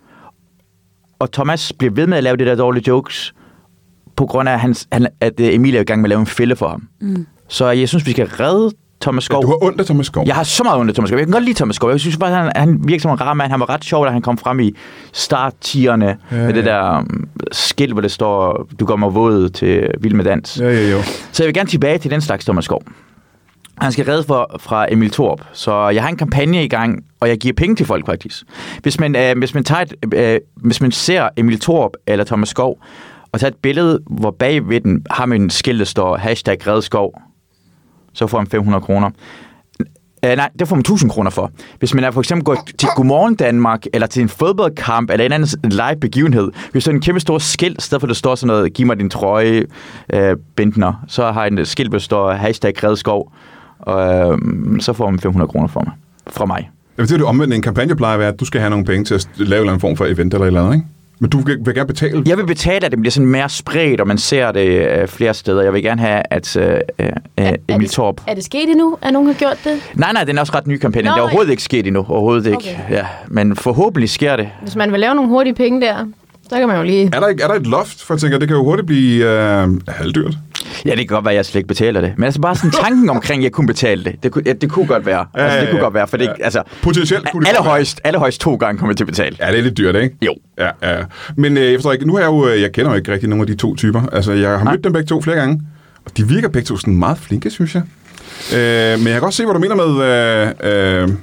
Speaker 4: Og Thomas bliver ved med at lave det der dårlige jokes, på grund af, at, hans, at Emil er i gang med at lave en fælde for ham. Mm. Så jeg synes, vi skal redde Thomas Skov.
Speaker 1: Ja, du har ondt af Thomas Skov.
Speaker 4: Jeg har så meget ondt af Thomas Skov. Jeg kan godt lide Thomas Skov. Jeg synes bare, han, han virker som en rar mand. Han var ret sjov, da han kom frem i start-tierne ja, med ja. det der um, skilt, hvor det står, du går mig våd til Vild med Dans.
Speaker 1: Ja, ja, jo.
Speaker 4: Så jeg vil gerne tilbage til den slags Thomas Skov. Han skal redde for, fra Emil Thorup. Så jeg har en kampagne i gang, og jeg giver penge til folk faktisk. Hvis man, øh, hvis man, tager et, øh, hvis man ser Emil Thorup eller Thomas Skov, og tager et billede, hvor bagved den har man en skilt, der står hashtag Redskov, så får man fem hundrede kroner. Uh, nej, det får man tusind kroner for. Hvis man er for eksempel går til Godmorgen Danmark, eller til en fodboldkamp, eller en anden live begivenhed, hvis der er en kæmpe stor skilt, i stedet for at der står sådan noget, giv mig din trøje, uh, Bentner, så har en skilt, der står hashtag Redskov, og uh, så får man fem hundrede kroner for mig, fra mig.
Speaker 1: Jeg vil sige, at det omvendt en kampagne plejer at være, at du skal have nogle penge til at lave en eller anden form for event eller et eller andet, ikke? Men du vil, vil gerne betale? Jeg
Speaker 4: vil betale, at det bliver sådan mere spredt, og man ser det øh, flere steder. Jeg vil gerne have, at øh, øh, Emil Thorup...
Speaker 2: Er det sket endnu, at nogen har gjort det?
Speaker 4: Nej, nej, den er også ret ny kampagne. Nå, det er overhovedet ikke sket endnu. Overhovedet ikke. Okay. Ja, men forhåbentlig sker det.
Speaker 2: Hvis man vil lave nogle hurtige penge der, så kan man jo lige...
Speaker 1: Er der, er der et loft? For jeg tænker, det kan jo hurtigt blive øh, halvdyrt.
Speaker 4: Ja, det kan godt være, at jeg slet ikke betaler det. Men altså bare sådan tanken omkring, at jeg kunne betale det. Det kunne, ja, det kunne godt være. Ja, altså, det kunne ja, godt være, for det ja. altså...
Speaker 1: Potentielt kunne det
Speaker 4: allerhøjst, allerhøjst to gange kommer jeg til at betale.
Speaker 1: Ja, det er lidt dyrt, ikke?
Speaker 4: Jo.
Speaker 1: Ja, ja. Men øh, jeg forstår ikke, nu har jeg jo... Jeg kender jo ikke rigtig nogen af de to typer. Altså, jeg har Nej. mødt dem begge to flere gange. Og de virker begge to sådan meget flinke, synes jeg. Øh, men jeg kan godt se, hvad du mener med... Øh, øh,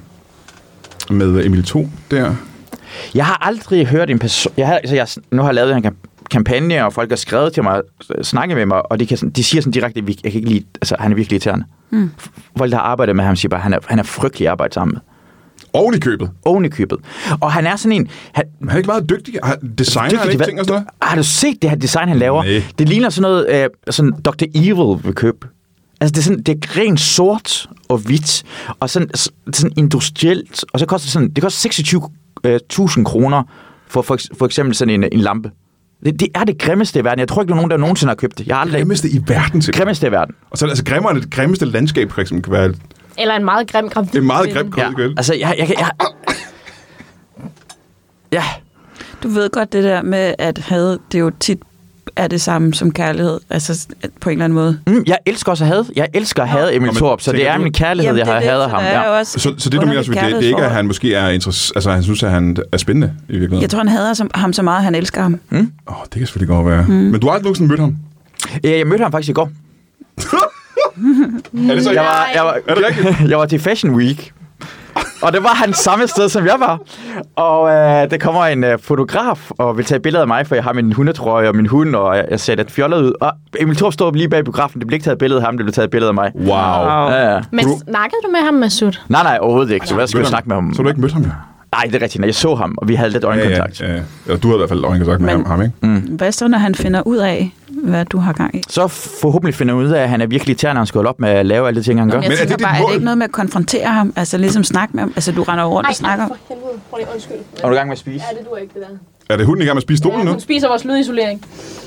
Speaker 1: med Emil Thorup der.
Speaker 4: Jeg har aldrig hørt en person... Jeg har, altså jeg, nu har jeg lavet en kampagne, og folk har skrevet til mig, snakket med mig, og de, kan, de siger sådan direkte, at jeg kan ikke lide, altså, han er virkelig irriterende. Mm. Folk, der har arbejdet med ham, siger bare, at han er, han er frygtelig at arbejde sammen med.
Speaker 1: Oven i købet.
Speaker 4: Oven i købet. Og han er sådan en... Han,
Speaker 1: han er ikke meget dygtig. Designer dygtig, han ikke ting og sådan noget?
Speaker 4: Har du set det her design, han laver?
Speaker 1: Nej.
Speaker 4: Det ligner sådan noget, øh, sådan doktor Evil vil købe. Altså, det er, sådan, det er rent sort og hvidt, og sådan, sådan industrielt, og så koster det sådan, det koster seksogtyve tusind kroner for, for for eksempel sådan en, en lampe. Det, det er det grimmeste i verden. Jeg tror ikke, der er nogen, der nogensinde har købt det. Jeg har aldrig...
Speaker 1: Grimmeste i verden?
Speaker 4: Det grimmeste i verden.
Speaker 1: Og så altså grimmere end det grimmeste landskab, for eksempel, kan være...
Speaker 2: Eller en meget grim gravid.
Speaker 1: Det er meget grim gravid.
Speaker 4: Ja, altså, jeg... jeg, jeg, jeg ja.
Speaker 3: Du ved godt det der med, at had, det er jo tit er det samme som kærlighed, altså på en eller anden måde.
Speaker 4: Mm, jeg elsker også at have. Jeg elsker at have Emil Thorup, så det er min kærlighed, Jamen, jeg har hadet ham. Ja.
Speaker 1: Så, så det, du mener, det, det er ikke, at han måske er interesseret, altså han synes, at han er spændende i virkeligheden?
Speaker 3: Jeg tror, han hader som, ham så meget, han elsker ham.
Speaker 1: Åh, mm? oh, det kan selvfølgelig godt være. Mm. Men du har aldrig nogensinde mødt ham?
Speaker 4: Ja, jeg mødte ham faktisk i går.
Speaker 1: Er det så?
Speaker 4: Jeg var, jeg var,
Speaker 1: er det rigtigt?
Speaker 4: Jeg var til Fashion Week. Og det var han samme sted, som jeg var. Og øh, der kommer en øh, fotograf og vil tage billeder af mig, for jeg har min hundetrøje og min hund, og jeg, jeg ser lidt fjollet ud. Og Emil Thorup stod lige bag biografen. Det blev ikke taget billede af ham, det blev taget billede af mig.
Speaker 1: Wow. wow.
Speaker 4: Ja, ja.
Speaker 2: Men snakkede du med ham, Masud?
Speaker 4: Nej, nej, overhovedet ikke. Så hvad skulle jeg snakke med ham?
Speaker 1: Så du ikke mødt ham, ja?
Speaker 4: Nej, det er rigtigt. Jeg så ham, og vi havde lidt øjenkontakt.
Speaker 1: Ja, ja, ja. Du havde i hvert fald øjenkontakt med Men, ham, ikke?
Speaker 3: Mm. Hvad så, når han finder ud af, hvad du har gang i?
Speaker 4: Så forhåbentlig finder ud af, at han er virkelig irriterende, han skal holde op med at lave alle de ting, han gør.
Speaker 3: Men jeg tænker er det bare, er det ikke noget med at konfrontere ham? Altså ligesom snakke med ham? Altså du render rundt Ej, og snakker om?
Speaker 2: Nej, for helvede. Prøv lige, undskyld.
Speaker 4: Er du i gang med at spise?
Speaker 2: Ja, det duer ikke, det der.
Speaker 1: Er det hunden i gang med at spise stolen
Speaker 2: ja,
Speaker 1: nu?
Speaker 2: Hun spiser vores lydisolering.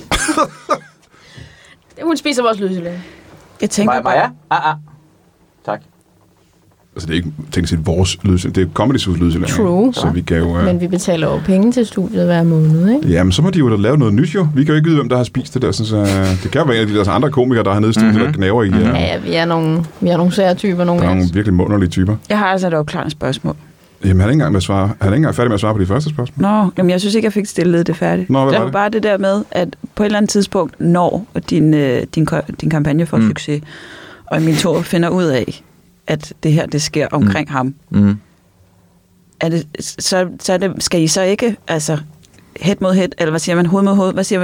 Speaker 2: Hun spiser vores lydisolering.
Speaker 3: Jeg tænker
Speaker 4: Maja, Maja? Ah, ah. Tak.
Speaker 1: Altså, det er ikke tænkt set vores lydselering. Det er Comedy Zoo's lydselering.
Speaker 2: True.
Speaker 1: Så vi kan jo, uh...
Speaker 2: Men vi betaler jo penge til studiet hver måned, ikke?
Speaker 1: Jamen, så må de jo da lave noget nyt, jo. Vi kan jo ikke vide, hvem der har spist det der. Så, uh, det kan jo være en af de der andre komikere, der har nede i studiet, mm-hmm. der gnaver i. Uh...
Speaker 2: Ja, ja, vi er nogle, vi er nogle særtyper. Nogle
Speaker 1: der er nogle virkelig månderlige typer.
Speaker 3: Jeg har altså et opklarende spørgsmål.
Speaker 1: Jamen, han er ikke engang, med at svare. Han er ikke engang færdig med at svare på de første spørgsmål.
Speaker 3: Nå, jamen, jeg synes ikke, jeg fik stillet det færdigt.
Speaker 1: Nå, hvad
Speaker 3: det
Speaker 1: var
Speaker 3: var
Speaker 1: det?
Speaker 3: bare det der med, at på et eller andet tidspunkt, når din, øh, din, din kampagne får mm. succes, og Emil Thorup finder ud af, at det her, det sker omkring mm. ham, mm. Er det, så, så er det, skal I så ikke, altså, head mod head, eller hvad siger man, hoved mod hoved, hvad siger man,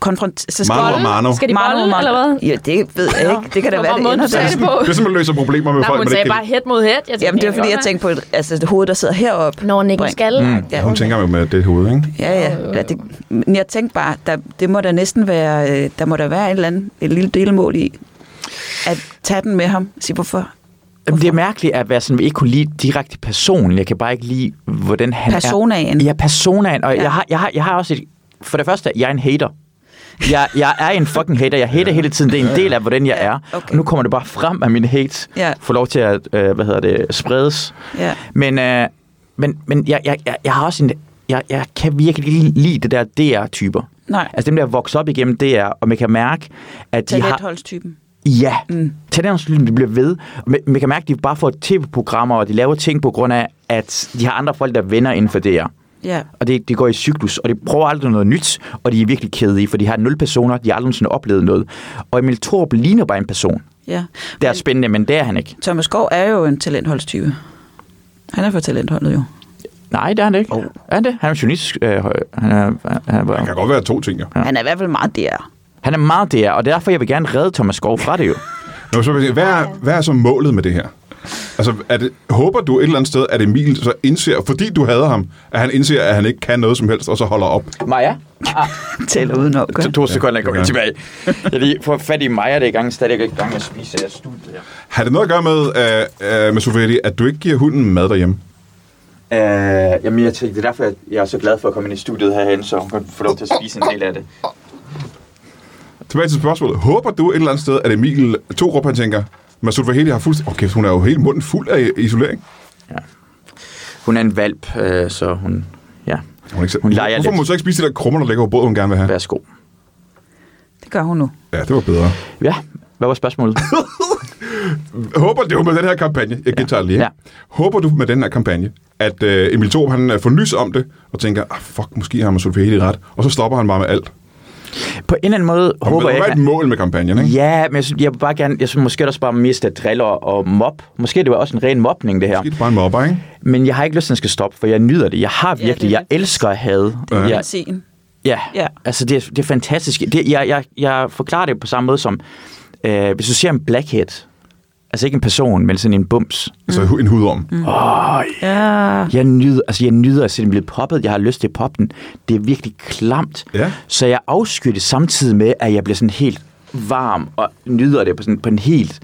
Speaker 3: konfront... Så skal
Speaker 1: Mano og mano.
Speaker 2: Skal de
Speaker 3: Mano
Speaker 2: bolle,
Speaker 3: og mano.
Speaker 2: eller hvad?
Speaker 3: Ja, det ved jeg ikke. Det kan da
Speaker 2: Nå,
Speaker 3: være, det
Speaker 2: måden,
Speaker 3: ender
Speaker 2: du sagde
Speaker 3: der.
Speaker 2: det på.
Speaker 1: Det er simpelthen løser problemer med
Speaker 2: Nej,
Speaker 1: folk.
Speaker 2: hun
Speaker 1: men
Speaker 2: sagde
Speaker 1: ikke
Speaker 2: bare head mod head. Jeg tænkte,
Speaker 3: Jamen, det er fordi, jeg
Speaker 2: godt
Speaker 3: tænkte på et, altså, det hoved, der sidder heroppe.
Speaker 2: Når Nikken skal.
Speaker 1: Mm. Ja, hun tænker jo med det hoved, ikke?
Speaker 3: Ja, ja. ja det, men jeg tænkte bare, der, det må der næsten være, øh, der må der være et eller andet, et lille delmål i, at tage den med ham. Sige, hvorfor?
Speaker 4: Jamen, det er mærkeligt at være sådan, vi ikke kunne lide direkte personen. Jeg kan bare ikke lide, hvordan han
Speaker 3: Personaen.
Speaker 4: er. Ja, personaen. Og
Speaker 3: Ja.
Speaker 4: jeg, har, jeg, har, jeg har også et... For det første, jeg er en hater. Jeg, jeg er en fucking hater. Jeg hater hele tiden. Det er en del af, hvordan jeg er.
Speaker 3: Okay.
Speaker 4: Og nu kommer det bare frem, at mine hates
Speaker 3: Ja.
Speaker 4: får lov til at, øh, hvad hedder det, spredes.
Speaker 3: Ja.
Speaker 4: Men, øh, men, men jeg, jeg, jeg, jeg har også en... Jeg, jeg kan virkelig ikke lide det der D R-typer.
Speaker 3: Nej.
Speaker 4: Altså dem, der er vokset op igennem D R, og man kan mærke, at de har...
Speaker 3: Talentholdstypen.
Speaker 4: Ja,
Speaker 3: Mm.
Speaker 4: mm. talentholdstypen bliver ved. Man, man kan mærke, at de bare får tv-programmer, og de laver ting på grund af, at de har andre folk, der vinder inden for D R.
Speaker 3: Ja.
Speaker 4: Og det, de går i cyklus, og de prøver aldrig noget nyt, og de er virkelig kedelige, for de har nul personer, de har aldrig sådan oplevet noget. Og Emil Thorup ligner bare en person.
Speaker 3: Ja.
Speaker 4: Det er spændende, men det er han ikke.
Speaker 3: Thomas Skov er jo en talentholdstype. Han er for talentholdet jo.
Speaker 4: Nej, det er han ikke. Oh. Er han det? Han er journalist. Øh, han, er, han,
Speaker 1: Det
Speaker 4: er,
Speaker 1: kan godt være to ting, jo.
Speaker 3: Ja. Han er i hvert fald meget der.
Speaker 4: han er meget D R, og derfor jeg vil gerne redde Thomas Skov fra det jo.
Speaker 1: Nå, så vil jeg sige, hvad, er, hvad er så målet med det her? Altså, er det, håber du et eller andet sted, at Emil så indser, fordi du hader ham, at han indser, at han ikke kan noget som helst, og så holder op?
Speaker 4: Maja? Ah,
Speaker 3: Taler udenom.
Speaker 4: to, to sekunder, jeg kommer
Speaker 1: Ja.
Speaker 4: tilbage. Jeg lige får fat i Maja, det er i gang, stadig ikke i gang med at spise af studiet her.
Speaker 1: Har det noget at gøre med, uh, uh, med Sofie, at du ikke giver hunden mad derhjemme?
Speaker 4: Uh, jamen, jeg tænkte, det er derfor, jeg, jeg er så glad for at komme ind i studiet herhen, så hun kan få lov til at spise en del af det.
Speaker 1: Tilbage til spørgsmålet. Håber du et eller andet sted, at Emil Thorup, han tænker, Masoud Vahedi har fuldstændig... Okay, hun er jo helt munden fuld af isolering.
Speaker 4: Ja. Hun er en valp, øh, så hun... Ja,
Speaker 1: Hun, er ikke,
Speaker 4: hun leger
Speaker 1: hvorfor må
Speaker 4: lidt.
Speaker 1: hun så ikke spise de der krummer, der ligger på bordet, hun gerne vil have?
Speaker 4: Værsgo.
Speaker 3: Det gør hun nu.
Speaker 1: Ja, det var bedre.
Speaker 4: Ja, hvad var spørgsmålet?
Speaker 1: Håber du med den her kampagne, jeg gentager lige,
Speaker 4: Ja.
Speaker 1: ja. Håber du med den her kampagne, at uh, Emil Thorup, han uh, får nys om det, og tænker, ah, fuck, måske har Masoud Vahedi ret, og så stopper han bare med alt.
Speaker 4: På en eller anden måde
Speaker 1: Og
Speaker 4: håber
Speaker 1: der
Speaker 4: jeg
Speaker 1: var
Speaker 4: ikke...
Speaker 1: et mål med kampagnen, ikke?
Speaker 4: Ja, men jeg, synes, jeg vil bare gerne... Jeg synes måske også bare mest at driller og mob. Måske det var også en ren mobning, det her.
Speaker 1: Måske er det bare en mobber, ikke?
Speaker 4: Men jeg har ikke lyst til, at den skal stoppe, for jeg nyder det. Jeg har
Speaker 3: Ja,
Speaker 4: virkelig...
Speaker 3: det er
Speaker 4: jeg elsker at have...
Speaker 3: Det er
Speaker 1: Ja.
Speaker 3: benzin.
Speaker 4: Ja,
Speaker 3: Ja.
Speaker 4: altså det er, det er fantastisk. Det, jeg, jeg, jeg forklarer det på samme måde som... Øh, hvis du ser en blackhead... Altså ikke en person, men sådan en bums.
Speaker 1: Altså en hudorm. Mm.
Speaker 4: Åh,
Speaker 3: Ja.
Speaker 4: Jeg nyder, altså jeg nyder at se den blive poppet. Jeg har lyst til at poppe den. Det er virkelig klamt.
Speaker 1: Ja.
Speaker 4: Så jeg afskyr det samtidig med, at jeg bliver sådan helt varm og nyder det på, sådan, på en helt...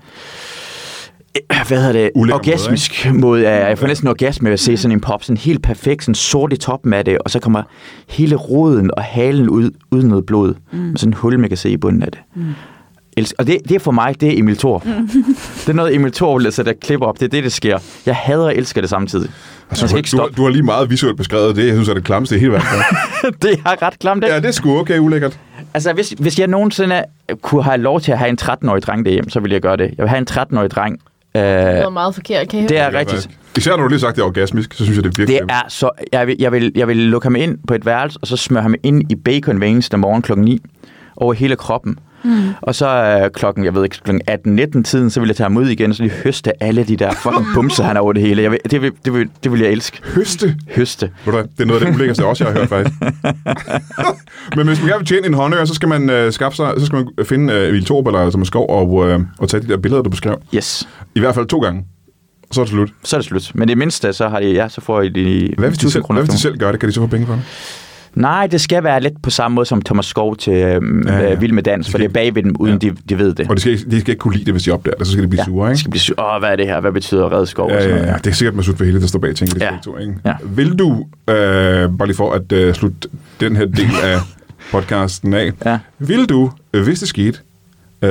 Speaker 4: Hvad hedder det?
Speaker 1: Ulækker
Speaker 4: Orgasmisk måde. måde. Ja, jeg får næsten orgasme ved at se sådan en pop. Sådan helt perfekt, sådan sort i toppen af det. Og så kommer hele roden og halen ud, uden noget blod. Mm. Med sådan en hul, man kan se i bunden af det. Mm. Og det, det er for mig, det er Emil Thorup. Mm. Det er noget, Emil Thorup læser, der klipper op. Det er det, der sker. Jeg hader og elsker det samtidig.
Speaker 1: Altså,
Speaker 4: Jeg skal
Speaker 1: du,
Speaker 4: ikke
Speaker 1: du,
Speaker 4: stoppe.
Speaker 1: du har lige meget visuelt beskrevet det, jeg synes er det klammeste i hele verden.
Speaker 4: Det er ret klamt, det.
Speaker 1: Ja, det er sgu okay ulækkert.
Speaker 4: Altså, hvis, hvis jeg nogensinde kunne have lov til at have en tretten-årig dreng derhjemme, så ville jeg gøre det. Jeg vil have en tretten-årig dreng. Øh,
Speaker 2: Det var meget forkert, kan jeg
Speaker 4: det
Speaker 2: høre?
Speaker 4: er
Speaker 1: Ja,
Speaker 4: rigtigt.
Speaker 1: faktisk. Især når du lige sagt, det er orgasmisk, så synes jeg, det er virkelig...
Speaker 4: Det er så... Jeg vil, jeg, vil, jeg vil lukke ham ind på et værelse, og så smøre ham ind i bacon hver eneste morgen klokken ni over hele kroppen. Mm. Og så øh, klokken, jeg ved ikke, klokken atten nitten tiden, så vil jeg tage ham ud igen, og så lige høste alle de der fucking bumser, han har over det hele. Jeg vil, det, vil, det, vil, det vil jeg elske.
Speaker 1: Høste.
Speaker 4: Høste.
Speaker 1: Ved du hvad, det er noget af det ulækkerste også, jeg har hørt faktisk. Men hvis man gerne vil tjene en håndør, så skal man øh, skaffe sig, så skal man finde øh, Emil Thorup eller Thomas Skov og, øh, og tage de der billeder, du beskrev.
Speaker 4: Yes.
Speaker 1: I hvert fald to gange. Så er det slut.
Speaker 4: Så er det slut. Men det mindste, så har de, ja, så får I de
Speaker 1: Hvad hvis de,
Speaker 4: tusind
Speaker 1: selv,
Speaker 4: kroner
Speaker 1: hvad hvis de
Speaker 4: for.
Speaker 1: selv gør det? Kan de så få penge for det?
Speaker 4: Nej, det skal være lidt på samme måde som Thomas Skov til øhm,
Speaker 1: Ja,
Speaker 4: ja,
Speaker 1: ja.
Speaker 4: ja. Vild med Dans, for det er bag ved dem, uden
Speaker 1: Ja.
Speaker 4: ja. de, de ved det.
Speaker 1: Og de skal, ikke- de skal ikke kunne lide det, hvis de opdager det. Så skal de blive
Speaker 4: Ja,
Speaker 1: sure,
Speaker 4: de
Speaker 1: ikke?
Speaker 4: skal blive sure. Åh, hvad er det her? Hvad betyder redskov? og
Speaker 1: Ja,
Speaker 4: sådan
Speaker 1: ja,
Speaker 4: noget?
Speaker 1: ja. Det er sikkert Masoud Vahedi, der står bag ting, det
Speaker 4: Ja.
Speaker 1: ja. to, ikke?
Speaker 4: Ja.
Speaker 1: Vil du, øh, bare lige for at øh, slutte den her del af podcasten af,
Speaker 4: Ja.
Speaker 1: vil du, øh, hvis det skete, øh,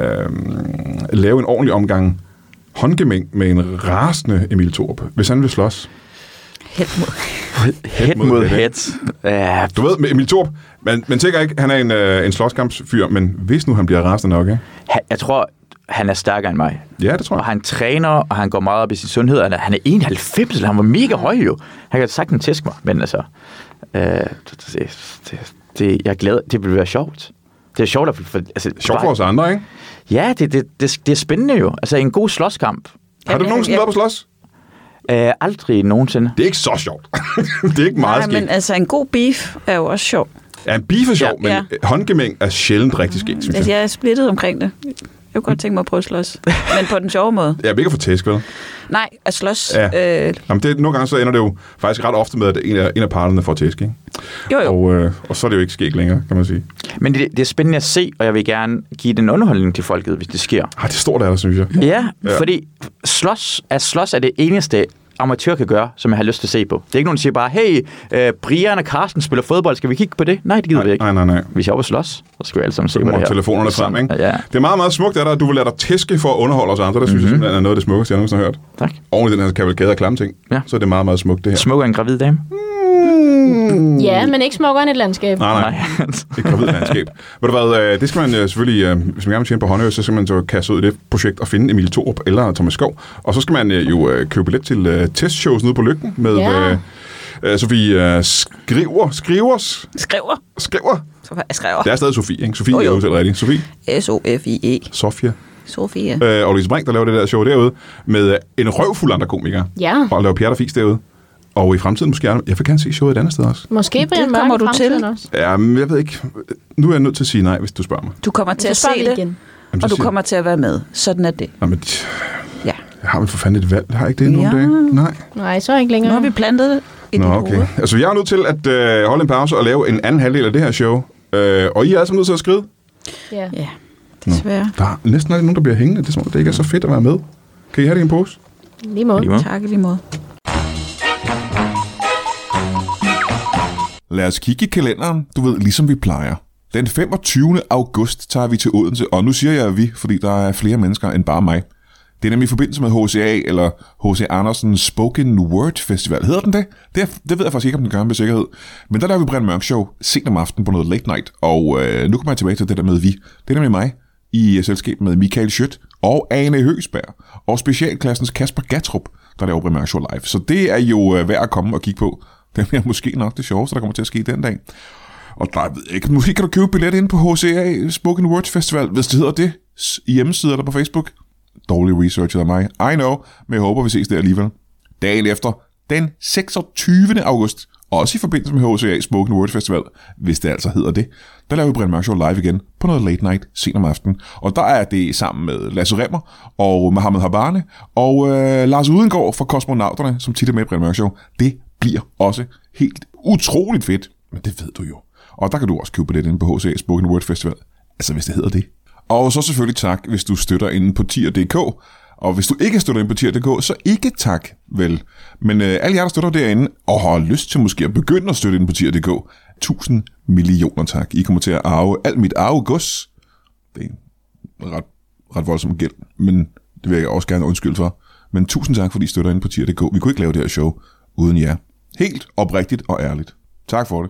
Speaker 1: lave en ordentlig omgang håndgemæng med en rasende Emil Thorup, hvis han vil slås?
Speaker 3: Helt mod.
Speaker 4: Head
Speaker 1: mod
Speaker 4: mod
Speaker 1: head,
Speaker 4: head. Ja,
Speaker 1: Du ved, med Emil Thorup, man, man tænker ikke, han er en, øh, en slåskampsfyr, men hvis nu han bliver rasende nok, ikke?
Speaker 4: han- jeg tror, han er stærkere end mig.
Speaker 1: Ja, det tror
Speaker 4: Og
Speaker 1: jeg.
Speaker 4: han træner, og han går meget op i sin sundhed. Han er, han er enoghalvfems, eller han var mega høj jo. Han kan sagtens tæske mig, men altså... Øh, det, det, det, det, jeg er glad. Det vil være sjovt. Det er sjovt at... For, altså,
Speaker 1: Sjovt for os andre, ikke?
Speaker 4: Ja, det, det, det, det er spændende jo. Altså en god slåskamp.
Speaker 1: Har du
Speaker 3: Jamen,
Speaker 1: nogensinde
Speaker 3: jeg-
Speaker 1: været på slås?
Speaker 4: Øh, aldrig nogensinde.
Speaker 1: Det er ikke så sjovt. Det er ikke meget
Speaker 3: Nej, men
Speaker 1: skægt.
Speaker 3: altså en god beef er jo også sjov.
Speaker 1: Ja, en beef er sjov,
Speaker 3: Ja.
Speaker 1: men
Speaker 3: Ja.
Speaker 1: håndgemæng er sjældent rigtig skægt, synes
Speaker 3: Altså,
Speaker 1: jeg.
Speaker 3: jeg er splittet omkring det. Jeg kunne godt tænke mig at prøve at slås. Men på den sjove måde.
Speaker 1: Jeg er ikke at få tæsk, vel?
Speaker 3: Nej, at slås.
Speaker 1: Ja.
Speaker 3: Øh,
Speaker 1: Jamen, det, nogle gange så ender det jo faktisk ret ofte med, at en af, en af parterne får tæsk, ikke?
Speaker 3: jo, jo.
Speaker 1: Og, øh, og så er det jo ikke skægt længere, kan man sige.
Speaker 4: Men det, det er spændende at se, og jeg vil gerne give den underholdning til folket, hvis det sker.
Speaker 1: Ah, det står der, der, synes jeg.
Speaker 4: Ja,
Speaker 1: Ja.
Speaker 4: ja. fordi slås, at slås er det eneste amatør kan gøre, som jeg har lyst til at se på. Det er ikke nogen, der siger bare, hey, øh, Brian og Carsten spiller fodbold, skal vi kigge på det? Nej, det gider
Speaker 1: Nej,
Speaker 4: vi ikke.
Speaker 1: nej, nej, nej.
Speaker 4: Hvis jeg er oppe at slås, så skal vi alle sammen se
Speaker 1: Så
Speaker 4: på det
Speaker 1: kommer
Speaker 4: her.
Speaker 1: telefonerne frem, ikke?
Speaker 4: Ja,
Speaker 1: Det er meget, meget smukt, at du vil lade dig tæske for at underholde os andre. Det synes mm-hmm. jeg simpelthen er noget af det smukkeste, jeg nogensinde har hørt.
Speaker 4: tak.
Speaker 1: Oven i den her kavalkade af klamme ting,
Speaker 4: Ja.
Speaker 1: så er det meget, meget smukt, det her.
Speaker 4: Smuk er en gravid dame.
Speaker 1: Mm.
Speaker 2: Ja, men ikke smukkere end et landskab.
Speaker 1: Nej, nej. Det er gravid landskab. Ved du hvad, øh, det skal man øh, selvfølgelig, øh, hvis man gerne vil tjene på håndø, så skal man så kaste ud i det projekt og finde Emil Thorup eller Thomas Skov. Og så skal man øh, jo øh, købe billet til øh, testshows nede på Lygten med
Speaker 2: Ja.
Speaker 1: øh, øh, Sofie øh, Skriver. Skrivers?
Speaker 3: Skriver.
Speaker 1: Skriver?
Speaker 3: Så jeg skriver.
Speaker 1: Det er stadig Sofie, ikke? Sofie
Speaker 3: Jo,
Speaker 1: er
Speaker 3: jo.
Speaker 1: jo selv rigtig. Sofie,
Speaker 3: S O F I E.
Speaker 1: Sofia
Speaker 3: Sofie.
Speaker 1: øh, og Louise Brink, der laver det der show derude med øh, en røvfuld andre komikere.
Speaker 2: Ja,
Speaker 1: Og laver Pjerre Fis derude. Og i fremtiden måske, jeg vil gerne se showet et andet sted også.
Speaker 2: måske Brian
Speaker 3: Det
Speaker 2: Mørk
Speaker 3: kommer
Speaker 2: i
Speaker 3: du
Speaker 2: fremtiden
Speaker 3: til.
Speaker 2: også.
Speaker 1: Ja, men jeg ved ikke. Nu er jeg nødt til at sige nej, hvis du spørger mig.
Speaker 3: Du kommer til
Speaker 2: Så
Speaker 3: at se
Speaker 2: spørger vi
Speaker 3: det,
Speaker 2: igen.
Speaker 1: Jamen, så
Speaker 3: og du
Speaker 1: siger-
Speaker 3: kommer til at være med. Sådan er det.
Speaker 1: Nå, men,
Speaker 3: Ja.
Speaker 1: jeg har vel for fanden et valg. Har jeg ikke det endnu
Speaker 3: Ja.
Speaker 1: om dagen? Nej.
Speaker 2: Nej, så ikke
Speaker 3: Nu
Speaker 2: længere.
Speaker 3: har vi plantet det i
Speaker 1: Nå,
Speaker 3: dit
Speaker 1: okay.
Speaker 3: hoved.
Speaker 1: Altså, jeg er nødt til at øh, holde en pause og lave en anden halvdel af det her show. Øh, og I er altså nødt til at skrive.
Speaker 2: Ja.
Speaker 3: Ja, desværre.
Speaker 1: Der er næsten aldrig nogen, der bliver hængende. Det er som om, det ikke er så fedt at være med. Kan I have det i en pose?
Speaker 2: Lige måde.
Speaker 4: Lige måde.
Speaker 3: Tak i lige måde.
Speaker 5: Lad os kigge i kalenderen, du ved, ligesom vi plejer. Den femogtyvende august tager vi til Odense, og nu siger jeg vi, fordi der er flere mennesker end bare mig. Det er nemlig i forbindelse med H C A, eller H C Andersen Spoken Word Festival. Hedder den det? Det, er, det ved jeg faktisk ikke, om den gør med sikkerhed. Men der laver vi Brian Mørk Show sent om aftenen på noget late night, og øh, nu kommer jeg tilbage til det der med vi. Det er nemlig mig i selskab med Michael Schødt og Ane Høgsberg, og specialklassens Kasper Gatrup, der laver Brian Mørk Show live. Så det er jo øh, værd at komme og kigge på. Det er måske nok det sjoveste, der kommer til at ske den dag. Og der ved jeg ikke, måske kan du købe billet ind på H C A Spoken Word Festival, hvis det hedder det, i hjemmesider eller på Facebook. Dårlig research af mig. I know, men jeg håber, vi ses der alligevel. Dagen efter, den seksogtyvende august, også i forbindelse med H C A Spoken Word Festival, hvis det altså hedder det, der laver vi Brian Mørk Show live igen på noget late night sent om aftenen. Og der er det sammen med Lasse Remmer og Mohammed Habane og øh, Lars Udengård fra Kosmonauterne, som tit er med i Brian Mørk Show. Det bliver også helt utroligt fedt, men det ved du jo. Og der kan du også købe billet inde på H C A Spoken Word Festival, altså hvis det hedder det. Og så selvfølgelig tak, hvis du støtter inde på tier punktum d k. Og hvis du ikke støtter inde på tier punktum d k, så ikke tak, vel. Men øh, alle jer, der støtter derinde, og har lyst til måske at begynde at støtte inde på tier punktum d k, tusind millioner tak. I kommer til at arve alt mit arvegods. Det er en ret, ret voldsom gæld, men det vil jeg også gerne undskylde for. Men tusind tak, fordi I støtter inde på tier punktum d k. Vi kunne ikke lave det her show uden jer. Helt oprigtigt og ærligt. Tak for det.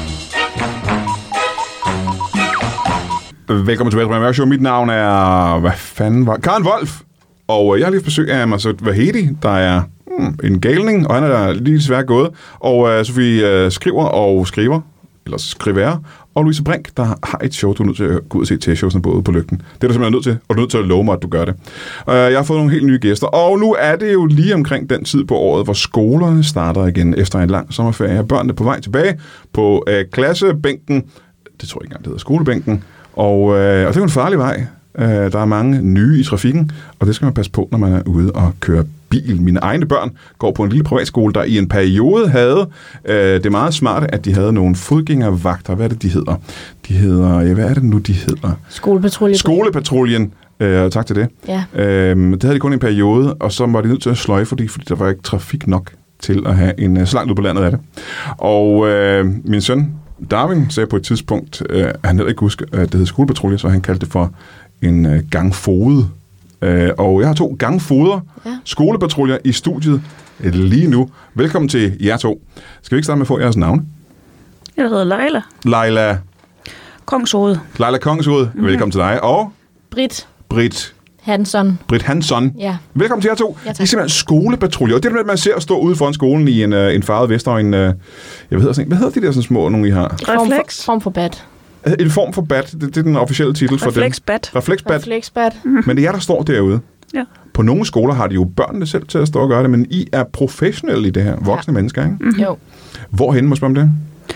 Speaker 1: Velkommen tilbage til Brian Mørk Show. Mit navn er... Hvad fanden var... Karen Wolf. Og jeg har lige besøg af Masud Vahedi, der er hmm, en galning, og han er der lige svært gået. Og uh, Sofie uh, skriver og skriver, eller skriver, og Louise Brink, der har et show, du er nødt til at gå ud og se til showsene både på Lygten. Det er du simpelthen nødt til, og du er nødt til at love mig, at du gør det. Uh, jeg har fået nogle helt nye gæster, og nu er det jo lige omkring den tid på året, hvor skolerne starter igen efter en lang sommerferie. Børnene er på vej tilbage på uh, klassebænken. Det tror jeg ikke engang, det hedder skolebænken. Og, øh, og det er jo en farlig vej. Øh, der er mange nye i trafikken, og det skal man passe på, når man er ude og køre bil. Mine egne børn går på en lille privatskole, der i en periode havde øh, det meget smarte, at de havde nogle fodgængervagter. Hvad er det, de hedder? De hedder, ja, hvad er det nu, de hedder?
Speaker 2: Skolepatrulje.
Speaker 1: Skolepatruljen. Øh, tak til det.
Speaker 2: Ja.
Speaker 1: Øh, det havde de kun i en periode, og så var de nødt til at sløje, fordi, fordi der var ikke trafik nok til at have en så langt ud på landet af det. Og øh, min søn, Darwin, sagde på et tidspunkt, øh, at han heller ikke huske, at det hed skolepatrulje, så han kaldte det for en øh, gangfode. Øh, og jeg har to gangfoder, ja. Skolepatruljer i studiet øh, lige nu. Velkommen til jer to. Skal vi ikke starte med at få jeres navne?
Speaker 3: Jeg hedder Leila.
Speaker 1: Leila,
Speaker 3: Kongshoved.
Speaker 1: Leila Kongshoved, mm-hmm. Velkommen til dig. Og
Speaker 2: Britt
Speaker 1: Britt,
Speaker 2: Hansson.
Speaker 1: Britt Hansson.
Speaker 2: Ja.
Speaker 1: Velkommen til jer to.
Speaker 2: Ja,
Speaker 1: I er simpelthen skolepatruljer. Og det er det, man ser at stå ude foran skolen i en, uh, en farvet vest og en... Uh, jeg ved, sådan, hvad hedder de der sådan små, nogle I har?
Speaker 3: Refleks.
Speaker 2: Form for bat.
Speaker 1: En form for bat. Det, det er den officielle titel for dem.
Speaker 3: Refleksbat.
Speaker 1: Refleksbat.
Speaker 2: Refleksbat.
Speaker 1: Mm. Men det er jer, der står derude.
Speaker 3: Ja.
Speaker 1: På nogle skoler har de jo børnene selv til at stå og gøre det, men I er professionelle i det her. Voksne ja. mennesker, ikke?
Speaker 2: Mm-hmm. Jo.
Speaker 1: Hvorhen må jeg spørge om det?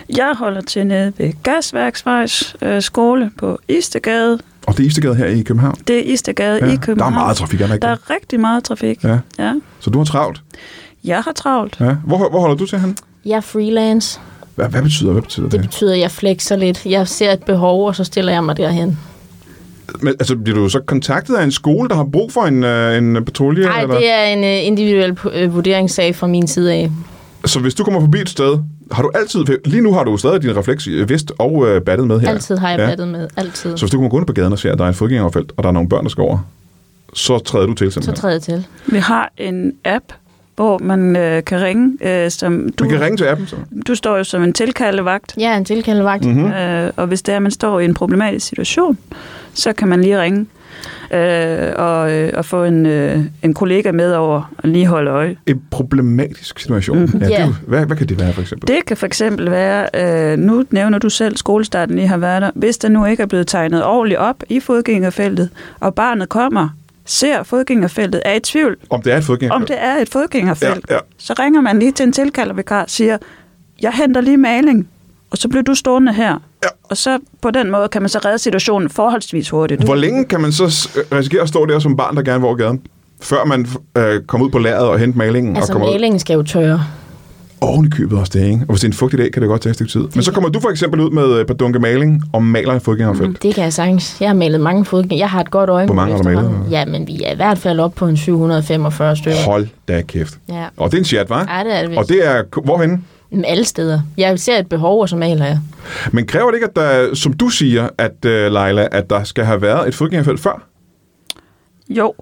Speaker 3: Jeg holder til nede ved Gasværksvejs øh, skole på Istegade.
Speaker 1: Og det er Istegade her i København?
Speaker 3: Det er Istegade
Speaker 1: ja.
Speaker 3: i København.
Speaker 1: Der er meget trafik, er der ikke?
Speaker 3: Der er rigtig meget trafik.
Speaker 1: Ja.
Speaker 3: ja.
Speaker 1: Så du har travlt?
Speaker 3: Jeg har travlt.
Speaker 1: Ja. Hvor, hvor holder du til hen?
Speaker 2: Jeg er freelance.
Speaker 1: Hvad, hvad betyder, hvad betyder det?
Speaker 2: Det betyder, at jeg flexer lidt. Jeg ser et behov, og så stiller jeg mig derhen.
Speaker 1: Men altså, bliver du så kontaktet af en skole, der har brug for en, øh, en patrulje?
Speaker 2: Nej,
Speaker 1: eller?
Speaker 2: det er en øh, individuel øh, vurderingssag fra min side af.
Speaker 1: Så hvis du kommer forbi et sted, har du altid... Lige nu har du stadig din refleks vest og øh, battet med her.
Speaker 2: Altid har jeg ja. battet med. Altid.
Speaker 1: Så hvis du kommer gående på gaden og ser, at der er et fodgængeroverfelt, og der er nogle børn, der skal over, så træder du til simpelthen?
Speaker 2: Så træder jeg til.
Speaker 3: Vi har en app, hvor man øh, kan ringe. Øh, som du,
Speaker 1: man kan ringe til appen, så?
Speaker 3: Du står jo som en tilkaldevagt.
Speaker 2: Ja, en tilkaldevagt.
Speaker 1: Mm-hmm.
Speaker 3: Øh, og hvis det er, at man står i en problematisk situation, så kan man lige ringe øh, og, øh, og få en, øh, en kollega med over og lige holde øje.
Speaker 1: En problematisk situation? Mm-hmm. Ja,
Speaker 2: yeah.
Speaker 1: det, hvad, hvad kan det være, for eksempel?
Speaker 3: Det kan for eksempel være, øh, nu nævner du selv, skolestarten lige har været der. Hvis der nu ikke er blevet tegnet ordentligt op i fodgængerfeltet, og barnet kommer, ser fodgængerfeltet, er i tvivl
Speaker 1: om det er et fodgængerfelt,
Speaker 3: om det er et fodgængerfelt,
Speaker 1: ja, ja.
Speaker 3: så ringer man lige til en tilkaldervikar, siger, jeg henter lige maling, og så bliver du stående her.
Speaker 1: Ja.
Speaker 3: Og så på den måde kan man så redde situationen forholdsvis hurtigt.
Speaker 1: Hvor længe kan man så risikere at stå der som barn, der gerne vil over gaden, før man øh, kommer ud på lageret og henter malingen?
Speaker 2: Altså,
Speaker 1: og kommer
Speaker 2: malingen skal jo tørre.
Speaker 1: Oven i købet også det, ikke? Og hvis det er en fugtig dag, kan det godt tage et stykke tid. Men så kommer du for eksempel ud med et par dunke maling og maler en fodgængerfelt.
Speaker 2: Mm, det kan jeg sagtens. Jeg har malet mange fodgænger. Jeg har et godt øje.
Speaker 1: Hvor mange har du malet?
Speaker 2: Ja, men vi er i hvert fald oppe på en syv hundrede og femogfyrre stykker.
Speaker 1: Hold da kæft.
Speaker 2: Ja.
Speaker 1: Og det er en chat, hva'?
Speaker 2: Ja, det er det vist.
Speaker 1: Og det er hvorhenne?
Speaker 2: Alle steder. Jeg ser et behov, og så maler jeg.
Speaker 1: Men kræver det ikke, at der, som du siger, at uh, Leila, at der skal have været et fodgængerfelt før?
Speaker 3: Jo.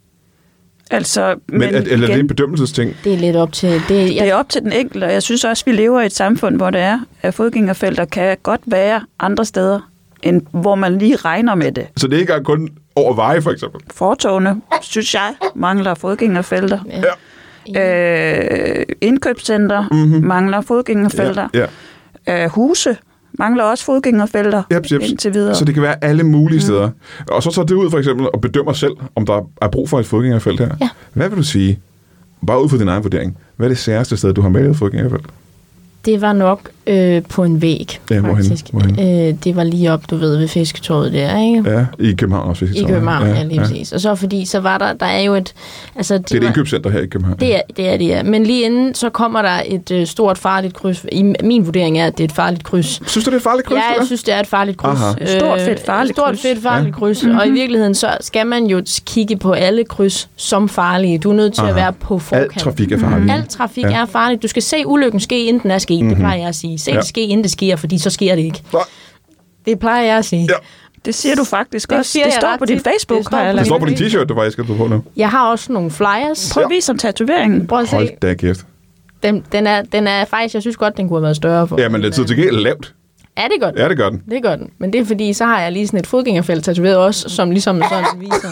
Speaker 3: Altså,
Speaker 1: men, men at, eller igen, det er en bedømmelsesting?
Speaker 2: Det er lidt op til... Det, jeg...
Speaker 3: det er op til den enkelte, og jeg synes også, vi lever i et samfund, hvor det er, at fodgængerfelter kan godt være andre steder, end hvor man lige regner med det.
Speaker 1: Så det er ikke kun over veje, for eksempel?
Speaker 3: Fortogene, synes jeg, mangler fodgængerfelter.
Speaker 1: Ja.
Speaker 3: Øh, indkøbscenter mm-hmm. mangler fodgængerfelter. Ja, ja. Øh, huse mangler også fodgængerfelter
Speaker 1: jeps, jeps.
Speaker 3: indtil videre.
Speaker 1: Så det kan være alle mulige steder. Mm. Og så tager det ud for eksempel og bedømmer selv, om der er brug for et fodgængerfelt her.
Speaker 2: Ja.
Speaker 1: Hvad vil du sige, bare ud fra din egen vurdering, hvad er det særste sted, du har malet et fodgængerfelt?
Speaker 2: Det var nok øh, på en væg,
Speaker 1: ja,
Speaker 2: faktisk.
Speaker 1: Hvorhen?
Speaker 2: Øh, det var lige op, du ved, ved Fisketorvet der, ikke?
Speaker 1: Ja, i København også.
Speaker 2: I København, ja, ja lige præcis. Ja. Og så fordi, så var der, der er jo et... Altså,
Speaker 1: det, det er et indkøbscenter her i København.
Speaker 2: Det er det, er det ja. Men lige inden, så kommer der et øh, stort farligt kryds. I min vurdering er, at det er et farligt kryds.
Speaker 1: Synes du, det er et farligt kryds?
Speaker 2: Ja, jeg synes, det er et farligt kryds.
Speaker 3: Øh, stort, fedt, farligt
Speaker 2: stort,
Speaker 3: kryds.
Speaker 2: fedt, farligt
Speaker 1: ja.
Speaker 2: kryds. Mm-hmm. Og i virkeligheden, så skal man jo kigge på alle kryds som farlige. Du er nødt til Aha. at være på forkant.
Speaker 1: Al trafik er farlig.
Speaker 2: Mm. Al trafik ja. er farlig. Du skal se ulykken ske, inden den er sket. Mm-hmm. Det plejer jeg at sige. Se ja. det ske, inden det sker, fordi så sker det ikke. Hva? Det plejer jeg at sige. Ja.
Speaker 3: Det siger du faktisk
Speaker 2: det
Speaker 3: også. Det står på din Facebook.
Speaker 1: Det står, det står på din t-shirt, du faktisk skal på nu.
Speaker 2: Jeg har også nogle flyers.
Speaker 3: Prøv at vise om tatoveringen.
Speaker 2: Prøv at se.
Speaker 1: Hold da kæft.
Speaker 2: Den, den, er, den er faktisk, jeg synes godt, den kunne have været større for.
Speaker 1: Ja, men det er til gengæld lavt.
Speaker 2: Ja, det gør den.
Speaker 1: Ja, det gør den.
Speaker 2: Det gør den. Men det er fordi, så har jeg lige sådan et fodgængerfelt tatoveret også, som ligesom sådan viser,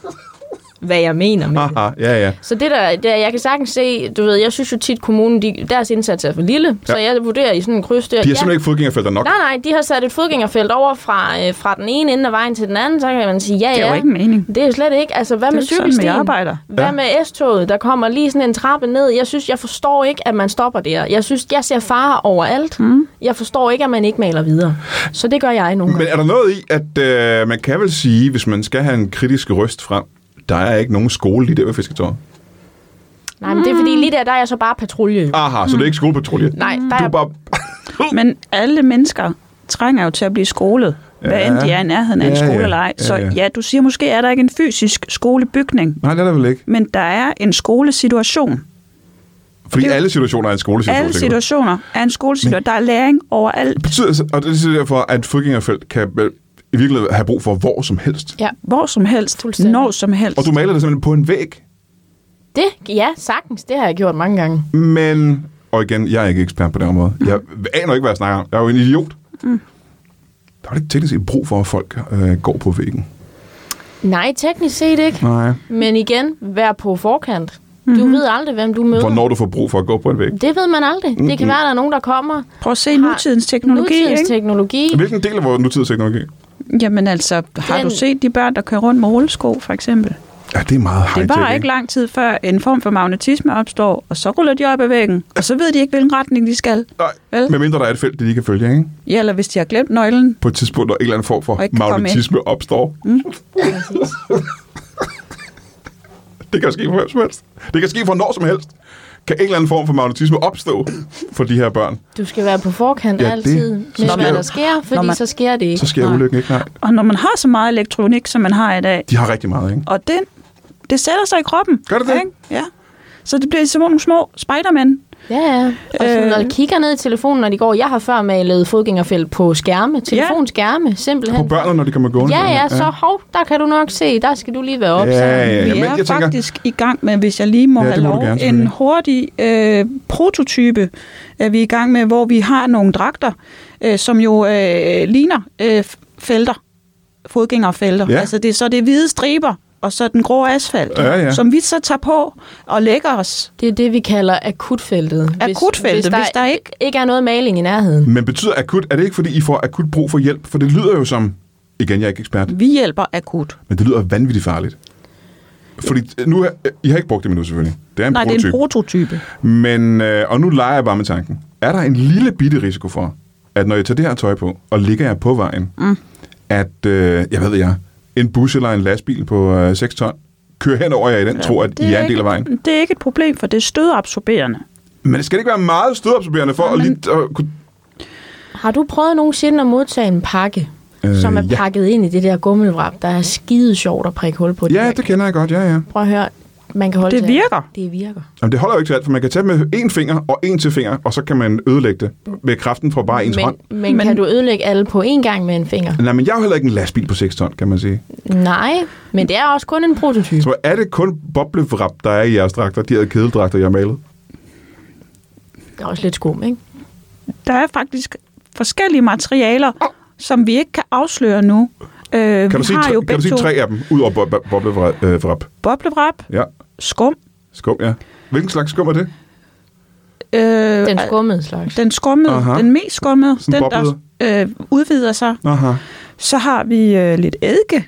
Speaker 2: hvad jeg mener med
Speaker 1: Aha,
Speaker 2: det.
Speaker 1: Ja, ja.
Speaker 2: Så det der, der, jeg kan sagtens se, du ved, jeg synes jo tit, kommunen, de, deres indsats er for lille, ja. Så jeg vurderer i sådan en kryds der.
Speaker 1: De har ja, simpelthen ikke fodgængerfelter nok?
Speaker 2: Nej, nej, de har sat et fodgængerfelt over fra, øh, fra den ene ende af vejen til den anden, så kan man sige, ja, ja.
Speaker 3: Det er jo ikke mening.
Speaker 2: Det er jo slet ikke. Altså, hvad
Speaker 3: det
Speaker 2: med cykelstien?
Speaker 3: arbejder.
Speaker 2: Hvad ja. med S-toget? Der kommer lige sådan en trappe ned. Jeg synes, jeg forstår ikke, at man stopper der. Jeg synes, jeg ser fare overalt. Mm. Jeg forstår ikke, at man ikke maler videre. Så det gør jeg nogle
Speaker 1: Men er der noget i, at øh, man kan vel sige, hvis man skal have en kritisk røst frem, der er ikke nogen skole lige der ved Fisketorvet?
Speaker 2: Nej, men det er fordi lige der, der er jeg så bare patrulje.
Speaker 1: Aha, så det er ikke skolepatrulje?
Speaker 2: Nej, der
Speaker 1: du
Speaker 2: er...
Speaker 1: bare...
Speaker 3: Men alle mennesker trænger jo til at blive skolet, ja. hvad end de er i nærheden af en
Speaker 1: ja,
Speaker 3: skole
Speaker 1: ja.
Speaker 3: eller ej. Så
Speaker 1: ja, ja.
Speaker 3: ja, du siger måske, er der ikke en fysisk skolebygning?
Speaker 1: Nej, det er der vel ikke.
Speaker 3: Men der er en skolesituation.
Speaker 1: Fordi alle situationer er en skolesituation.
Speaker 3: Alle situationer er en skolesituation. Der er læring overalt.
Speaker 1: Betyder, og det er derfor, at fodgængerfelt kan i virkeligheden have brug for hvor som helst.
Speaker 2: Ja.
Speaker 3: Hvor som helst. Når som helst.
Speaker 1: Og du maler det simpelthen på en væg?
Speaker 2: Det, ja, sagtens. Det har jeg gjort mange gange.
Speaker 1: Men, og igen, jeg er ikke ekspert på det område. Mm. Jeg aner ikke, hvad jeg snakker om. Jeg er jo en idiot. Mm. Der er ikke teknisk set brug for, at folk øh, går på væggen.
Speaker 2: Nej, teknisk set ikke.
Speaker 1: Nej.
Speaker 2: Men igen, vær på forkant. Mm-hmm. Du ved aldrig, hvem du møder.
Speaker 1: Hvornår du får brug for at gå på en væg.
Speaker 2: Det ved man aldrig. Mm-hmm. Det kan være, at der er nogen, der kommer.
Speaker 3: Prøv at se nutidens teknologi.
Speaker 2: Nutidens
Speaker 3: ikke?
Speaker 2: teknologi.
Speaker 1: Hvilken del af vores nutidens teknologi?
Speaker 3: Jamen altså, har
Speaker 2: Den...
Speaker 3: du set de børn, der kører rundt med rullesko, for eksempel?
Speaker 1: Ja, det er meget high-tech.
Speaker 3: Det var ikke lang tid før en form for magnetisme opstår, og så ruller de op ad væggen, og så ved de ikke, hvilken retning de skal.
Speaker 1: Nej,
Speaker 3: vel?
Speaker 1: medmindre der er et felt, det de kan følge, ikke?
Speaker 3: Ja, eller hvis de har glemt nøglen.
Speaker 1: På et tidspunkt, når en eller anden form for magnetisme opstår. Mm. Det kan ske for hvem som helst. Det kan ske for når som helst. Kan en eller anden form for magnetisme opstå for de her børn?
Speaker 2: Du skal være på forkant
Speaker 1: ja,
Speaker 2: altid med, hvad der sker, fordi man, så sker det ikke.
Speaker 1: Så sker ulykken ikke, nej.
Speaker 3: Og når man har så meget elektronik, som man har i dag...
Speaker 1: De har rigtig meget, ikke?
Speaker 3: Og den, det sætter sig i kroppen.
Speaker 1: Gør det det?
Speaker 3: Ikke? Ja. Så det bliver som nogle små Spider-Man.
Speaker 2: Ja, ja. Og så, når de kigger ned i telefonen, når de går... Jeg har før malet fodgængerfelt på skærme. Telefonskærme, simpelthen.
Speaker 1: På børnene, når de kommer gående?
Speaker 2: Ja, ja. Så hov, der kan du nok se. Der skal du lige være op.
Speaker 1: Ja, ja, ja.
Speaker 3: Vi
Speaker 1: Men
Speaker 3: er
Speaker 1: jeg
Speaker 3: faktisk
Speaker 1: tænker...
Speaker 3: i gang med, hvis jeg lige må
Speaker 1: ja,
Speaker 3: have
Speaker 1: må
Speaker 3: lov,
Speaker 1: gerne,
Speaker 3: en hurtig øh, prototype er vi i gang med, hvor vi har nogle dragter, øh, som jo øh, ligner øh, felter. Fodgængerfelter.
Speaker 1: Ja.
Speaker 3: Altså det er så det er hvide striber, og så den grå asfalt,
Speaker 1: ja, ja.
Speaker 3: som vi så tager på og lægger os.
Speaker 2: Det er det, vi kalder akutfeltet.
Speaker 3: Akutfeltet,
Speaker 2: hvis, hvis,
Speaker 3: hvis der ikke...
Speaker 2: ikke er noget maling i nærheden.
Speaker 1: Men betyder akut, er det ikke fordi, I får akut brug for hjælp? For det lyder jo som, igen, jeg er ikke ekspert.
Speaker 3: Vi hjælper akut.
Speaker 1: Men det lyder vanvittigt farligt. Fordi nu, I har ikke brugt det endnu selvfølgelig. Det er en
Speaker 3: Nej,
Speaker 1: prototype.
Speaker 3: det er en prototype.
Speaker 1: Men, øh, og nu leger jeg bare med tanken. Er der en lille bitte risiko for, at når jeg tager det her tøj på, og ligger jeg på vejen, mm. at, øh, jeg ved jeg, en bus eller en lastbil på øh, seks ton, kører hen over jer i den, ja, tror, at I er en del af vejen?
Speaker 3: Det er ikke et problem, for det er stødabsorberende.
Speaker 1: Men det skal ikke være meget stødabsorberende for ja, at, lige, at kunne...
Speaker 2: Har du prøvet nogensinde at modtage en pakke, øh, som er
Speaker 1: ja.
Speaker 2: pakket ind i det der gummelvrap, der er skide sjovt at prikke hul på? Det
Speaker 1: ja, det kender jeg godt, ja, ja.
Speaker 2: Prøv at høre. Man kan holde
Speaker 3: det virker.
Speaker 2: Det virker.
Speaker 1: Jamen, det holder jo ikke til alt, for man kan tage med en finger og en til finger, og så kan man ødelægge det med kraften fra bare ens
Speaker 2: men,
Speaker 1: hånd.
Speaker 2: Men, men kan du ødelægge alle på én gang med en finger?
Speaker 1: Nej, men jeg er jo heller ikke en lastbil på seks ton, kan man sige.
Speaker 2: Nej, men det er også kun en prototype.
Speaker 1: Så er det kun boblevrap, der er i jeres dragter, de her kedeldragter, jeg har malet?
Speaker 2: Det er også lidt skum, ikke?
Speaker 3: Der er faktisk forskellige materialer, som vi ikke kan afsløre nu. Øh,
Speaker 1: kan du sige, tre, kan du sige tre af dem, ud over bo- bo- boblevrap?
Speaker 3: Boblevrap,
Speaker 1: ja.
Speaker 3: Skum.
Speaker 1: Skum, ja. Hvilken slags skum er det?
Speaker 3: Øh,
Speaker 2: den skummede slags.
Speaker 3: Den skummede, Aha. den mest skummede, den der øh, udvider sig.
Speaker 1: Aha.
Speaker 3: Så har vi øh, lidt eddike.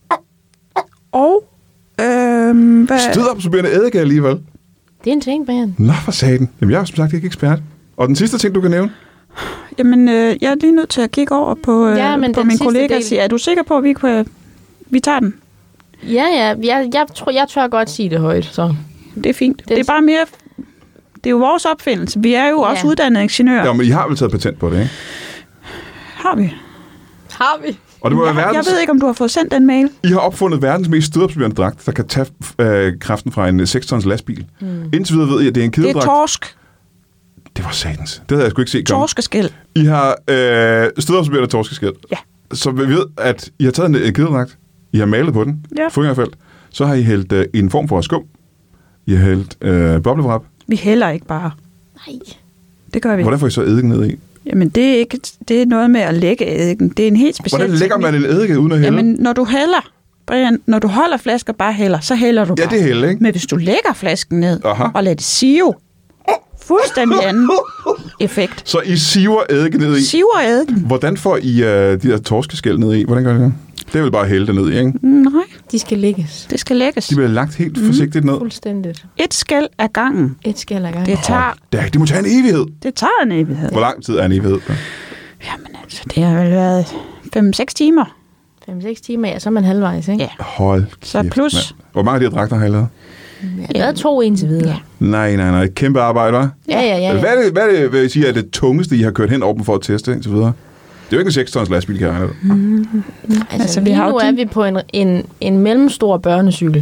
Speaker 3: Og... Øh, hvad...
Speaker 1: Stødabsorberende eddike alligevel.
Speaker 2: Det er en ting, Brian.
Speaker 1: Nå, for satan. Jamen, jeg er som sagt ikke ekspert. Og den sidste ting, du kan nævne?
Speaker 3: Jamen, øh, jeg er lige nødt til at kigge over på, øh,
Speaker 2: ja,
Speaker 3: på min kollega del... og sige, er du sikker på, at vi, kan, vi tager den?
Speaker 2: Ja, ja. Jeg, jeg, tror, jeg tør godt sige det højt, så...
Speaker 3: Det er fint. Den... Det er bare mere... Det er jo vores opfindelse. Vi er jo ja. også uddannede ingeniører.
Speaker 1: Ja, men I har vel taget patent på det, ikke?
Speaker 3: Har vi.
Speaker 2: Har vi.
Speaker 1: Og det må
Speaker 3: jeg,
Speaker 1: være verdens...
Speaker 3: jeg ved ikke, om du har fået sendt den mail.
Speaker 1: I har opfundet verdens mest stødabsorberende dragt, der kan tage øh, kraften fra en seks tons lastbil. Mm. Indtil videre ved I, at det er en kedeldragt.
Speaker 3: Det er torsk.
Speaker 1: Det var satans. Det havde jeg sgu ikke set komme.
Speaker 3: Torskeskæld.
Speaker 1: I har øh, stødabsorberende torskeskæld.
Speaker 3: Ja.
Speaker 1: Så vi ved, at I har taget en, en kedeldragt. I har malet på den.
Speaker 3: Ja.
Speaker 1: Fodgængerfelt. Så har I hældt øh, en form for skum. I har hældt øh, boblevrap.
Speaker 3: Vi hælder ikke bare.
Speaker 2: Nej.
Speaker 3: Det gør vi.
Speaker 1: Hvordan får I så eddike ned i?
Speaker 3: Jamen, det er, ikke, det er noget med at lægge eddiken. Det er en helt speciel
Speaker 1: Hvordan lægger man en eddike uden at hælde?
Speaker 3: Jamen, når du hælder, Brian, når du holder flasker bare hælder, så hælder du bare.
Speaker 1: Ja, det er hælde, ikke?
Speaker 3: Men hvis du lægger flasken ned
Speaker 1: Aha.
Speaker 3: og lader det sive, fuldstændig anden effekt.
Speaker 1: Så I siver eddike ned i?
Speaker 3: Siver eddiken.
Speaker 1: Hvordan får I uh, de der torskeskæld ned i? Hvordan gør I det? Det er vel bare at hælde det ned i, ikke?
Speaker 3: Nej.
Speaker 2: De skal lægges.
Speaker 3: Det skal lægges.
Speaker 1: De bliver lagt helt forsigtigt ned.
Speaker 2: Fuldstændigt.
Speaker 3: Et skæld ad gangen.
Speaker 2: Et skæld ad gangen.
Speaker 3: Det tager...
Speaker 1: Oh, det må tage en evighed.
Speaker 3: Det tager en evighed.
Speaker 1: Hvor lang tid er en evighed?
Speaker 3: Jamen altså, det har vel været fem seks timer.
Speaker 2: fem seks timer, ja, så er man halvvejs, ikke?
Speaker 3: Ja.
Speaker 1: Hold kæft,
Speaker 3: så plus...
Speaker 1: Man. Hvor mange af de her dragter har I lavet?
Speaker 2: Jeg har lavet to indtil videre. Ja.
Speaker 1: Nej, nej, nej. Kæmpe arbejde, hva'?
Speaker 2: Ja, ja, ja. ja.
Speaker 1: Hvad er det, hvad er det, vil jeg sige, er det tungeste, I har kørt hen over dem for at teste indtil videre? Det er jo ikke en seks tons lastbil, kan jeg regne det.
Speaker 2: Mm. Altså, altså, lige nu er vi på en, en, en mellemstor børnecykel.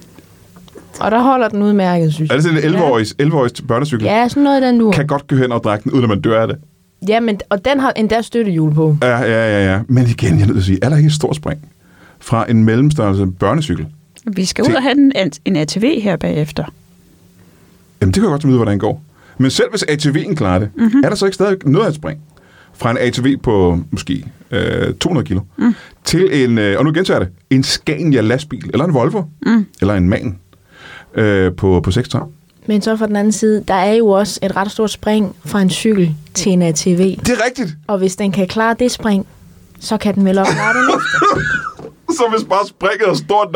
Speaker 2: Og der holder den udmærket, synes jeg.
Speaker 1: Er det sådan en elleve-årig børnecykel?
Speaker 2: Ja, sådan noget i den nu.
Speaker 1: Kan godt gå hen og drække den, uden at man dør af det.
Speaker 2: Ja, men, og den har endda støttehjul på.
Speaker 1: Ja, ja, ja, ja. Men igen, jeg er nødt til at sige, er der ikke et stort spring fra en mellemstørrelse børnecykel?
Speaker 3: Vi skal ud og have en, en A T V her bagefter.
Speaker 1: Jamen, det kan jeg godt vide, hvordan det går. Men selv hvis A T V'en klarer det, mm-hmm. er der så ikke stadig noget af et spring? Fra en A T V på måske øh, to hundrede kilo, mm. til en, øh, og nu gentager jeg det, en Scania lastbil, eller en Volvo, mm. eller en MAN øh, på, på seks ton.
Speaker 2: Men så fra den anden side, der er jo også et ret stort spring fra en cykel til en A T V.
Speaker 1: Det er rigtigt.
Speaker 2: Og hvis den kan klare det spring, så kan den vel også klare det næste.
Speaker 1: Så hvis bare springet er stort nok,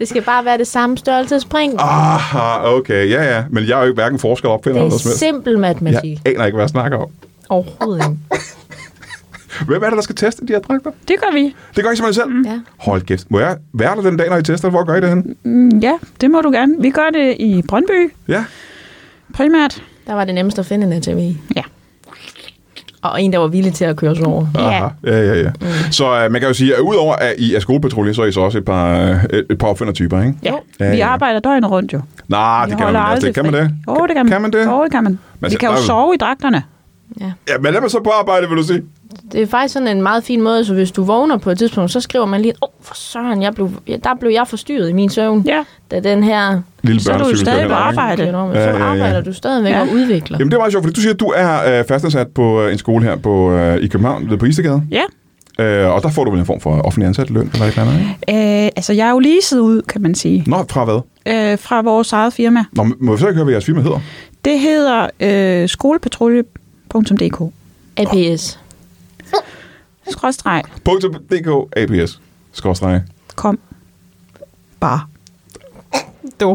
Speaker 2: Det skal bare være det samme størrelse spring.
Speaker 1: Ah, okay, ja, ja. Men jeg er jo ikke hverken forsker eller opfinder.
Speaker 2: Det er simpel matematik.
Speaker 1: Jeg aner ikke, hvad jeg snakker om.
Speaker 2: Overhovedet ikke.
Speaker 1: Hvem er det, der skal teste de her dragter?
Speaker 3: Det gør vi.
Speaker 1: Det gør I simpelthen selv?
Speaker 2: Mm. Ja.
Speaker 1: Hold kæft. Må jeg være der den dag, når I tester? Hvor gør I det hen?
Speaker 3: Mm, ja, det må du gerne. Vi gør det i Brøndby.
Speaker 1: Ja.
Speaker 3: Primært.
Speaker 2: Der var det nemmest at finde en A T V.
Speaker 3: Ja.
Speaker 2: Og en, der var villig til at køre sig over.
Speaker 1: Aha. Ja, ja, ja. Mm. Så uh, man kan jo sige, at udover at I er skolepatrulje, så er I så også et par, uh, et par opfindertyper, ikke?
Speaker 3: Ja,
Speaker 1: ja
Speaker 3: vi
Speaker 1: ja.
Speaker 3: arbejder døgnet rundt jo.
Speaker 1: Nej, det kan man, altså, det kan man det.
Speaker 3: Jo, det kan man.
Speaker 1: Kan man det?
Speaker 3: Jo, det kan man.
Speaker 1: Men
Speaker 3: vi
Speaker 1: så,
Speaker 3: kan jo
Speaker 1: der...
Speaker 3: sove i dragterne.
Speaker 2: Ja.
Speaker 1: Ja, men lad mig så på arbejde, vil du sige?
Speaker 2: Det er faktisk sådan en meget fin måde, så hvis du vågner på et tidspunkt, så skriver man lige, åh, oh, for søren, jeg blev, der blev jeg forstyrret i min søvn.
Speaker 3: Ja.
Speaker 2: Da den her...
Speaker 1: Lille
Speaker 3: så er du stadig på arbejde.
Speaker 2: Så ja, ja, ja. arbejder du stadigvæk ja. og udvikler.
Speaker 1: Jamen det er meget sjovt, fordi du siger, at du er øh, fastansat på øh, en skole her på, øh, i København, ved på Istedgade.
Speaker 3: Ja.
Speaker 1: Øh, og der får du vel en form for offentlig ansat løn eller et eller andet, ikke?
Speaker 3: Øh, altså, jeg er jo leaset ud, kan man sige.
Speaker 1: Nå, fra hvad?
Speaker 3: Øh, fra vores eget firma.
Speaker 1: Nå, må vi så ikke høre, hvad jeres firma hedder?
Speaker 3: Det hedder øh, skolepatrulje punktum d k.
Speaker 2: A P S.
Speaker 3: Skråstreg.
Speaker 1: .dk A P S. Skråstreg.
Speaker 3: Kom. Bare.
Speaker 2: Du.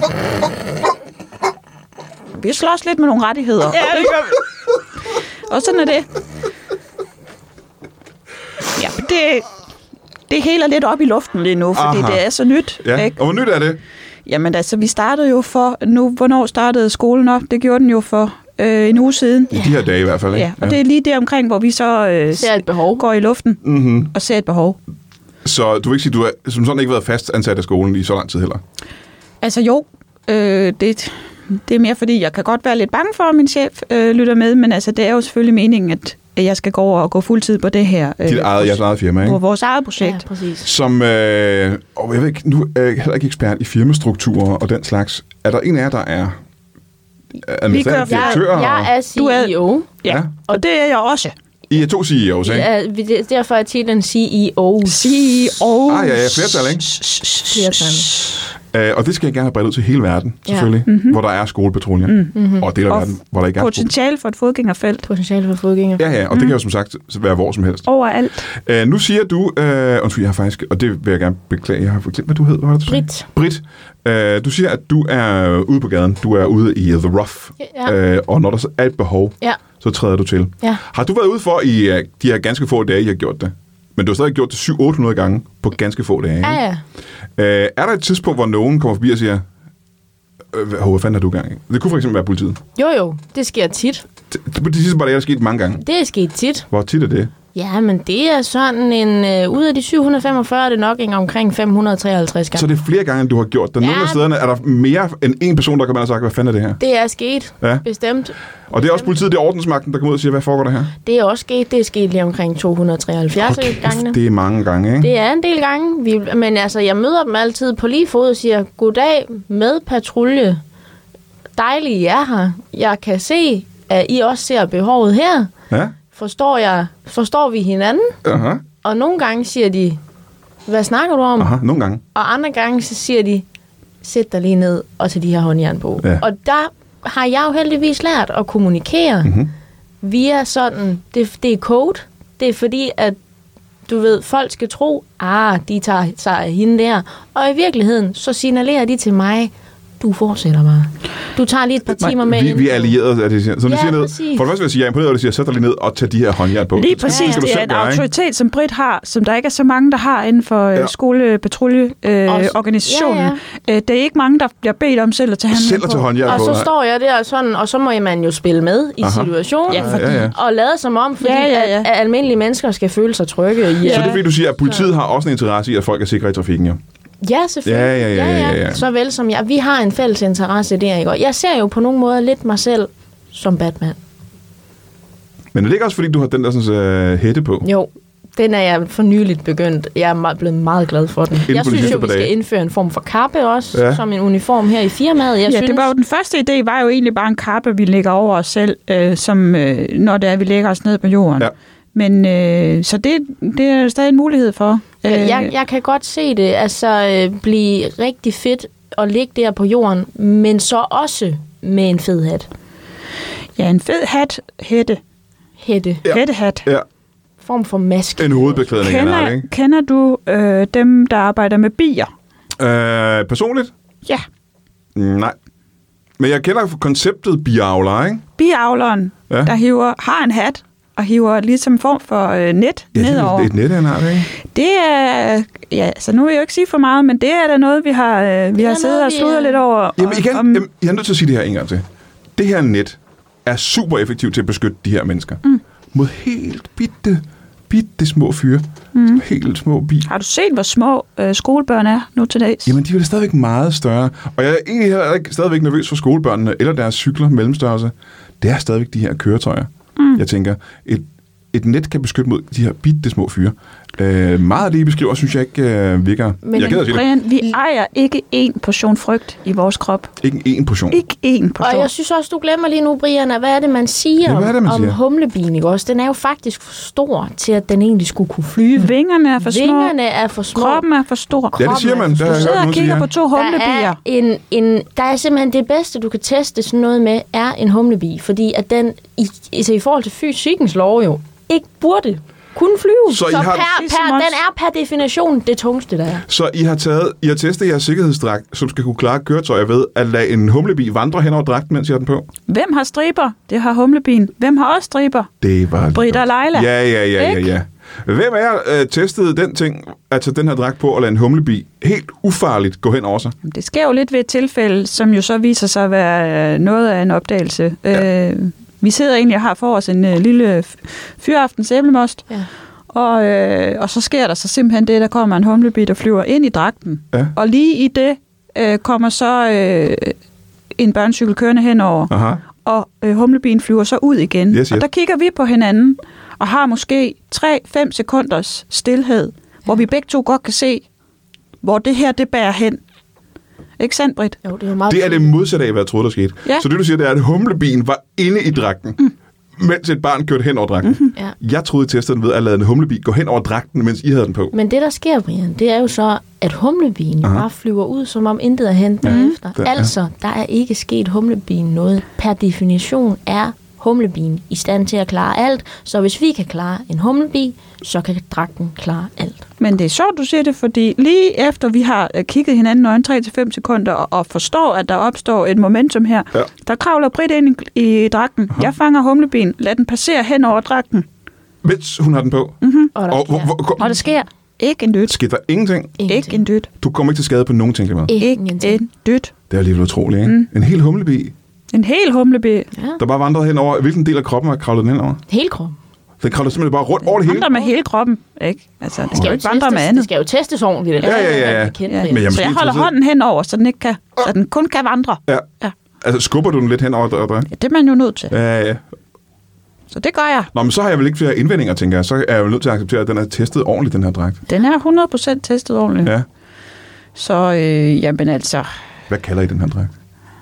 Speaker 3: Vi slås lidt med nogle rettigheder.
Speaker 2: Ja, det gør vi.
Speaker 3: Og sådan er det. Ja, men det, det heler lidt op i luften lige nu, fordi Aha. det er så nyt.
Speaker 1: Ja,
Speaker 3: ikke?
Speaker 1: og hvor nyt er det?
Speaker 3: Jamen altså, vi startede jo for... Nu, hvornår startede skolen op? Det gjorde den jo for øh, en uge siden.
Speaker 1: I de her dage i hvert fald, ikke?
Speaker 3: Ja, og ja. det er lige der omkring, hvor vi så øh,
Speaker 2: ser et behov.
Speaker 3: Går i luften
Speaker 1: mm-hmm.
Speaker 3: og ser et behov.
Speaker 1: Så du vil ikke sige, du har som sådan ikke været fast ansat af skolen i så lang tid heller?
Speaker 3: Altså jo, øh, det, det er mere fordi, jeg kan godt være lidt bange for, at min chef øh, lytter med, men altså, det er jo selvfølgelig meningen, at jeg skal gå over og gå fuldtid på det her.
Speaker 1: Øh, Dit eget, jeres eget firma, ikke?
Speaker 3: På vores eget projekt.
Speaker 2: Ja, præcis.
Speaker 1: Som, øh, og jeg ved ikke, nu er jeg heller ikke ekspert i firmastrukturer og den slags. Er der en af jer, der er administrerende direktør?
Speaker 2: Jeg, jeg er C E O.
Speaker 3: Ja, og det er jeg også.
Speaker 1: I er to C E O's, ikke?
Speaker 2: Ja, derfor er titlen C E O.
Speaker 3: C E O.
Speaker 1: Ah, ja, ja, flertal, ikke?
Speaker 2: Flertal.
Speaker 1: Uh, og det skal jeg gerne have bredt ud til hele verden, selvfølgelig, ja. mm-hmm. hvor der er skolepatruljer. Mm-hmm. Og det er verden, hvor der ikke er
Speaker 3: potentiale for et fodgængerfelt.
Speaker 2: Potentiale for fodgænger.
Speaker 1: Ja, ja, og mm. det kan jo som sagt være hvor som helst.
Speaker 3: Overalt.
Speaker 1: Uh, nu siger du, uh, undskyld, jeg har faktisk, og det vil jeg gerne beklage, jeg har glemt, hvad du hedder. Hvad
Speaker 2: Brit.
Speaker 1: Brit. Uh, du siger, at du er ude på gaden, du er ude i the rough, ja. uh, og når der så er et behov, ja. så træder du til.
Speaker 2: Ja.
Speaker 1: Har du været ude for i uh, de her ganske få dage, I har gjort det? Men du har stadig gjort det syv otte hundrede gange på ganske få dage, ikke?
Speaker 2: Ja, ja.
Speaker 1: Øh, er der et tidspunkt, hvor nogen kommer forbi og siger, øh, hvad fanden er du gang i? Det kunne for eksempel være politiet.
Speaker 2: Jo, jo. Det sker tit.
Speaker 1: Det, det, det sidste bare, det er sket mange gange.
Speaker 2: Det er sket tit.
Speaker 1: Hvor tit er det?
Speaker 2: Ja, men det er sådan en... Øh, ud af de syv hundrede femogfyrre er det nok en omkring fem hundrede treoghalvtreds gange.
Speaker 1: Så det er flere gange, end du har gjort det. Nogle
Speaker 2: ja.
Speaker 1: af stederne er der mere end en person, der kommer og sagt, hvad fanden er det her?
Speaker 2: Det er sket. Ja. Bestemt.
Speaker 1: Og det er også politiet, det er ordensmagten, der kommer ud og siger, hvad foregår der her?
Speaker 2: Det er også sket. Det er sket lige omkring to hundrede treoghalvfjerds
Speaker 1: okay,
Speaker 2: gange.
Speaker 1: Det er mange gange, ikke?
Speaker 2: Det er en del gange. Vi, men altså, jeg møder dem altid på lige fod og siger, goddag med patrulje. Dejligt, I er her. Jeg kan se, at I også ser behovet her.
Speaker 1: Ja.
Speaker 2: Forstår jeg, forstår vi hinanden?
Speaker 1: Aha.
Speaker 2: Og nogle gange siger de, hvad snakker du om?
Speaker 1: Aha, nogle gange.
Speaker 2: Og andre gange så siger de, sæt dig lige ned og tage de her håndjern på. Ja. Og der har jeg jo heldigvis lært at kommunikere mm-hmm. via sådan, det, det er code. Det er fordi, at du ved, folk skal tro, ah, de tager sig af hende der. Og i virkeligheden, så signalerer de til mig, du fortsætter bare. Du tager lige et par timer med.
Speaker 1: Vi, vi er allierede, er det, som
Speaker 2: ja,
Speaker 1: de siger ned.
Speaker 2: Præcis.
Speaker 1: For det første vil jeg sige, jeg er imponeret, at de siger, sæt dig lige ned og tag de her håndjern på.
Speaker 3: Lige præcis, det, det er en gøre, autoritet, som Brit har, som der ikke er så mange, der har inden for ja. skolepatruljeorganisationen. Øh, ja, ja. Det er ikke mange, der bliver bedt om selv at tage håndjern på.
Speaker 1: Til håndjern
Speaker 2: og
Speaker 1: på.
Speaker 2: så står jeg der sådan, og så må man jo spille med i Aha. situationen.
Speaker 1: Ja, fordi, ja, ja.
Speaker 2: Og lade som om, fordi ja, ja, ja. At, at almindelige mennesker skal føle sig trygge. Ja.
Speaker 1: Så det er fordi, du siger, at politiet har også en interesse i, at folk er sikre i trafikken, ja?
Speaker 2: Ja, selvfølgelig.
Speaker 1: Ja, ja, ja, ja, ja, ja.
Speaker 2: Så vel som jeg. Vi har en fælles interesse der, ikke? Og jeg ser jo på nogle måder lidt mig selv som Batman.
Speaker 1: Men er det ikke også, fordi du har den der sådan, uh, hætte på?
Speaker 2: Jo, den er jeg for nyligt begyndt. Jeg er blevet meget glad for den.
Speaker 1: Inden
Speaker 2: jeg synes jo, vi skal indføre en form for kappe også, ja. Som en uniform her i firmaet. Jeg
Speaker 3: ja,
Speaker 2: synes...
Speaker 3: det var jo den første idé, var jo egentlig bare en kappe, vi lægger over os selv, øh, som, øh, når det er, vi lægger os ned på jorden. Ja. Men øh, så det, det er stadig en mulighed for.
Speaker 2: Øh, jeg, jeg kan godt se det, altså øh, blive rigtig fedt at ligge der på jorden, men så også med en fed hat.
Speaker 3: Ja, en fed hat, hætte.
Speaker 2: Hætte.
Speaker 3: Ja. Hættehat.
Speaker 1: Ja.
Speaker 2: Form for maske.
Speaker 1: En hovedbeklædning.
Speaker 3: Kender,
Speaker 1: er, ikke?
Speaker 3: kender du øh, dem, der arbejder med bier?
Speaker 1: Øh, personligt?
Speaker 3: Ja,
Speaker 1: Nej. Men jeg kender konceptet biavler, ikke?
Speaker 3: biavleren,
Speaker 1: Ja.
Speaker 3: ja. der hiver, har en hat og hiver ligesom en form for øh, net
Speaker 1: Ja,
Speaker 3: nedover.
Speaker 1: det er et net, han har det, ikke?
Speaker 3: Det er, ja, så nu vil jeg jo ikke sige for meget, men det er da noget, vi har, øh, vi
Speaker 2: er
Speaker 3: har siddet
Speaker 2: noget,
Speaker 3: og
Speaker 2: vi,
Speaker 3: sludret
Speaker 2: øh,
Speaker 3: lidt over.
Speaker 1: Jamen, igen,
Speaker 3: om,
Speaker 1: jamen, jeg er nødt til at sige det her en gang til. Det her net er super effektivt til at beskytte de her mennesker. Mm. Mod helt bitte, bitte små fyre. Mm. Helt små bi.
Speaker 3: Har du set, hvor små øh, skolebørn er nu til dags?
Speaker 1: Jamen, de er jo stadigvæk meget større. Og jeg er egentlig heller ikke stadigvæk nervøs for skolebørnene eller deres cykler, mellemstørrelse. Det er stadigvæk de her køretøjer. Mm. Jeg tænker, et, et net kan beskytte mod de her bitte små fyre. Øh, meget af det, I beskriver, synes jeg ikke øh, virker.
Speaker 2: Men-
Speaker 1: jeg er ked af at sige det.
Speaker 3: Brian, vi ejer ikke én portion frygt i vores krop.
Speaker 1: Ikke en portion.
Speaker 3: Ikke én portion.
Speaker 2: Og jeg synes også, du glemmer lige nu, Brian, at hvad er det, man siger
Speaker 1: Ja, hvad er det, man
Speaker 2: om,
Speaker 1: siger?
Speaker 2: om humlebien, ikke også? Den er jo faktisk for stor til, at den egentlig skulle kunne flyve.
Speaker 3: Vingerne er for små.
Speaker 2: Vingerne er for små.
Speaker 3: Kroppen er for stor.
Speaker 1: Ja, det siger man.
Speaker 2: kroppen
Speaker 1: Der
Speaker 2: er
Speaker 1: har
Speaker 3: Du
Speaker 1: jeg
Speaker 3: sidder
Speaker 1: hørt
Speaker 3: og
Speaker 1: nogen
Speaker 3: kigger
Speaker 1: sige.
Speaker 3: på to
Speaker 2: Der
Speaker 3: humlebier.
Speaker 2: er, en, en, der er simpelthen det bedste, du kan teste sådan noget med, er en humlebi. Fordi at den, i, altså i forhold til fysikkens lov jo, ikke burde kunne flyve.
Speaker 1: Så
Speaker 2: Så,
Speaker 1: I
Speaker 2: så
Speaker 1: har-
Speaker 2: per,
Speaker 3: Ligesom
Speaker 2: per,
Speaker 3: os.
Speaker 2: den er per definition det tungste, der er.
Speaker 1: Så I har taget, I har testet jeres sikkerhedsdragt, som skal kunne klare køretøjer ved at lade en humlebi vandre hen over dragten, mens I har den på?
Speaker 3: Hvem har striber? Det har humlebien. Hvem har også striber?
Speaker 1: Det var
Speaker 3: Britt og Leila.
Speaker 1: Ja, ja, ja, ja,
Speaker 3: Ikke?
Speaker 1: ja. Hvem af jer øh, testede den ting, at tage den her dragt på og lade en humlebi helt ufarligt gå hen over sig?
Speaker 3: Det sker jo lidt ved et tilfælde, som jo så viser sig at være øh, noget af en opdagelse. Ja. Øh, vi sidder egentlig og har for os en øh, lille f- fyraftens æblemost,
Speaker 2: Ja.
Speaker 3: og, øh, og så sker der så simpelthen det, der kommer en humlebi, der flyver ind i dragten.
Speaker 1: Ja.
Speaker 3: Og lige i det øh, kommer så øh, en børnecykel kørende henover,
Speaker 1: Aha.
Speaker 3: og øh, humlebien flyver så ud igen.
Speaker 1: Yes, yes.
Speaker 3: Og der kigger vi på hinanden, og har måske tre fem sekunders stillhed, hvor vi begge to godt kan se, hvor det her, det bærer hen. Ikke sandt, Britt?
Speaker 2: Jo, det er jo meget
Speaker 1: Det er det modsatte af, hvad jeg troede, der skete.
Speaker 3: Ja.
Speaker 1: Så det, du siger, det er, at humlebien var inde i dragten, mm. mens et barn kørte hen over dragten. Mm-hmm.
Speaker 2: Ja.
Speaker 1: Jeg troede, I testede den ved at lade en humlebi gå hen over dragten, mens I havde den på.
Speaker 2: Men det, der sker, Brian, det er jo så, at humlebien
Speaker 1: Aha.
Speaker 2: bare flyver ud, som om intet er hent bagefter.
Speaker 1: Der er-
Speaker 2: Altså, der er ikke sket humlebien noget. Per definition er humlebien i stand til at klare alt. Så hvis vi kan klare en humlebi, så kan dragten klare alt.
Speaker 3: Men det er sjovt, du siger det, fordi lige efter vi har øh, kigget hinanden i øjnene tre til fem sekunder og, og forstår, at der opstår et momentum her,
Speaker 1: Ja.
Speaker 3: der kravler Britt ind i, i dragten. Aha. Jeg fanger humlebien, lad den passere hen over dragten,
Speaker 1: Mens hun har den på.
Speaker 3: Mm.
Speaker 2: Og der
Speaker 1: Og, hvor,
Speaker 2: sker
Speaker 1: hvor,
Speaker 3: og der sker ikke en dyt.
Speaker 1: sker der ingenting?
Speaker 3: Ikke en dyt.
Speaker 1: Du kommer ikke til skade på nogen ting, med.
Speaker 3: Ikke
Speaker 2: ingenting.
Speaker 3: en dyt.
Speaker 1: Det er alligevel utroligt, ikke? Mm. En hel humlebi,
Speaker 3: En hel humlebi.
Speaker 2: Ja.
Speaker 1: der bare vandrede hen over. Hvilken del af kroppen har kravlet den hen over?
Speaker 2: Hele kroppen.
Speaker 1: Den kravlede simpelthen bare rundt over det hele.
Speaker 3: Vandrer med hele kroppen, ikke? Altså, det skal jo ikke vandre med
Speaker 2: testes,
Speaker 3: andet.
Speaker 2: det skal jo testes ordentligt. Eller?
Speaker 1: Ja, ja, ja, ja.
Speaker 2: Det er kendt,
Speaker 3: Ja.
Speaker 2: Brian.
Speaker 1: Men jeg er
Speaker 3: Så jeg
Speaker 1: måske
Speaker 3: holder
Speaker 1: interesseret-
Speaker 3: hånden henover, så den, ikke kan, så den kun kan vandre.
Speaker 1: Ja.
Speaker 3: Ja.
Speaker 1: Altså, skubber du den lidt hen over dragten?
Speaker 3: Ja, det er man jo nødt til.
Speaker 1: Ja, ja.
Speaker 3: Så det gør jeg.
Speaker 1: Nå, men så har jeg vel ikke flere indvendinger, tænker jeg. Så er jeg jo nødt til at acceptere, at den er testet ordentligt, den her dragt.
Speaker 3: Den er hundrede procent testet ordentligt.
Speaker 1: Ja.
Speaker 3: Så, øh, jamen altså...
Speaker 1: Hvad kalder I den her dragt?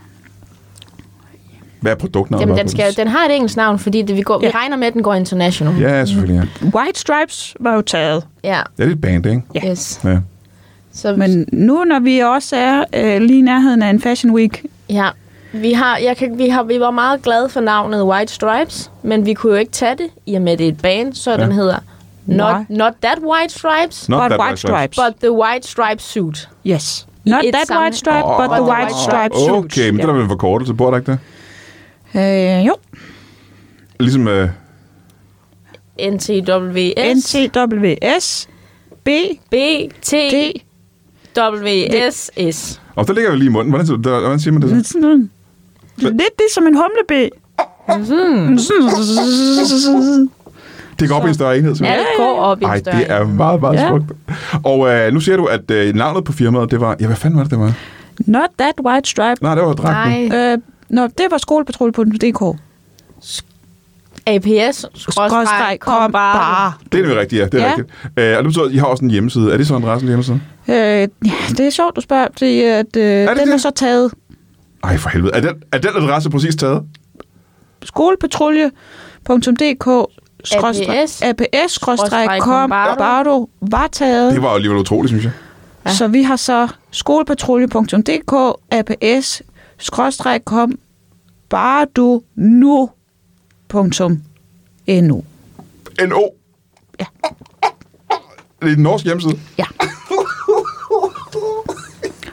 Speaker 1: Hvad er produktnavnet?
Speaker 2: Jamen,
Speaker 1: bare
Speaker 2: den,
Speaker 1: på
Speaker 2: skal, den har et engelsk navn, fordi det, vi, går, ja. vi
Speaker 3: Ja.
Speaker 2: regner med, at den går international.
Speaker 1: Ja, selvfølgelig, ja.
Speaker 3: White Stripes var jo taget.
Speaker 2: Ja.
Speaker 1: Det er lidt band, ikke?
Speaker 3: Ja.
Speaker 2: Yes.
Speaker 1: Ja.
Speaker 2: Så,
Speaker 3: Men nu, når vi også er øh, lige i nærheden af en Fashion Week,
Speaker 2: ja, vi, har, jeg kan, vi, har, vi var meget glade for navnet White Stripes, men vi kunne jo ikke tage det, i og med det er et band, så
Speaker 1: Ja.
Speaker 2: den hedder Not,
Speaker 3: Why?
Speaker 2: not That White Stripes,
Speaker 1: Not
Speaker 3: but
Speaker 1: that
Speaker 3: White Stripes.
Speaker 2: but the White Stripes suit.
Speaker 3: Yes. Not
Speaker 2: et
Speaker 3: that
Speaker 2: sammen-
Speaker 3: white stripe,
Speaker 1: Åh,
Speaker 3: but the
Speaker 1: åh,
Speaker 3: white stripe suit.
Speaker 1: Okay, men det er der vel en forkortelse på, er der ikke det?
Speaker 3: Øh, jo.
Speaker 1: Ligesom, øh,
Speaker 2: N T W
Speaker 3: N
Speaker 2: S,
Speaker 3: T W S B
Speaker 2: B T
Speaker 3: D.
Speaker 2: W S S.
Speaker 1: og der ligger jo lige i munden. Hvordan, der, hvordan siger man det så?
Speaker 3: Lidt ligesom en humlebi.
Speaker 1: Det går op i en større enhed,
Speaker 2: Ja,
Speaker 1: simpelthen.
Speaker 2: det går op i
Speaker 1: Ej,
Speaker 2: en større.
Speaker 1: det er meget, meget
Speaker 3: Ja.
Speaker 1: smukt. Og øh, nu siger du, at øh, navnet på firmaet, det var... Ja, hvad fanden var det, det var?
Speaker 3: Not that white stripe.
Speaker 1: Nej, det var dragten.
Speaker 2: Nej,
Speaker 3: Øh, Nå, det var skolepatrulje på D K.
Speaker 2: A P S, skråstreg, kom bare.
Speaker 1: Det er nemlig rigtigt, ja. Det er
Speaker 3: Ja.
Speaker 1: rigtigt. Øh, og det betyder, at I har også en hjemmeside. Er det så adressen hjemmeside?
Speaker 3: Øh, ja, det er sjovt, du spørger, fordi at, øh,
Speaker 1: det
Speaker 3: den
Speaker 1: det?
Speaker 3: er så taget.
Speaker 1: Ej, for helvede. Er den, er den adresse præcis taget?
Speaker 3: Skolepatrulje punktum d k
Speaker 2: A P S,
Speaker 3: A P S
Speaker 2: skråstreg,
Speaker 3: kom
Speaker 2: Bardo.
Speaker 3: Bardo var taget.
Speaker 1: Det var jo alligevel utroligt, synes jeg.
Speaker 2: Ja.
Speaker 3: Så vi har så skolepatrulje punktum d k A P S skråstreg kom Bardo nu punktum n o.
Speaker 1: N O.
Speaker 3: Ja.
Speaker 1: Det er en norsk hjemmeside.
Speaker 3: Ja.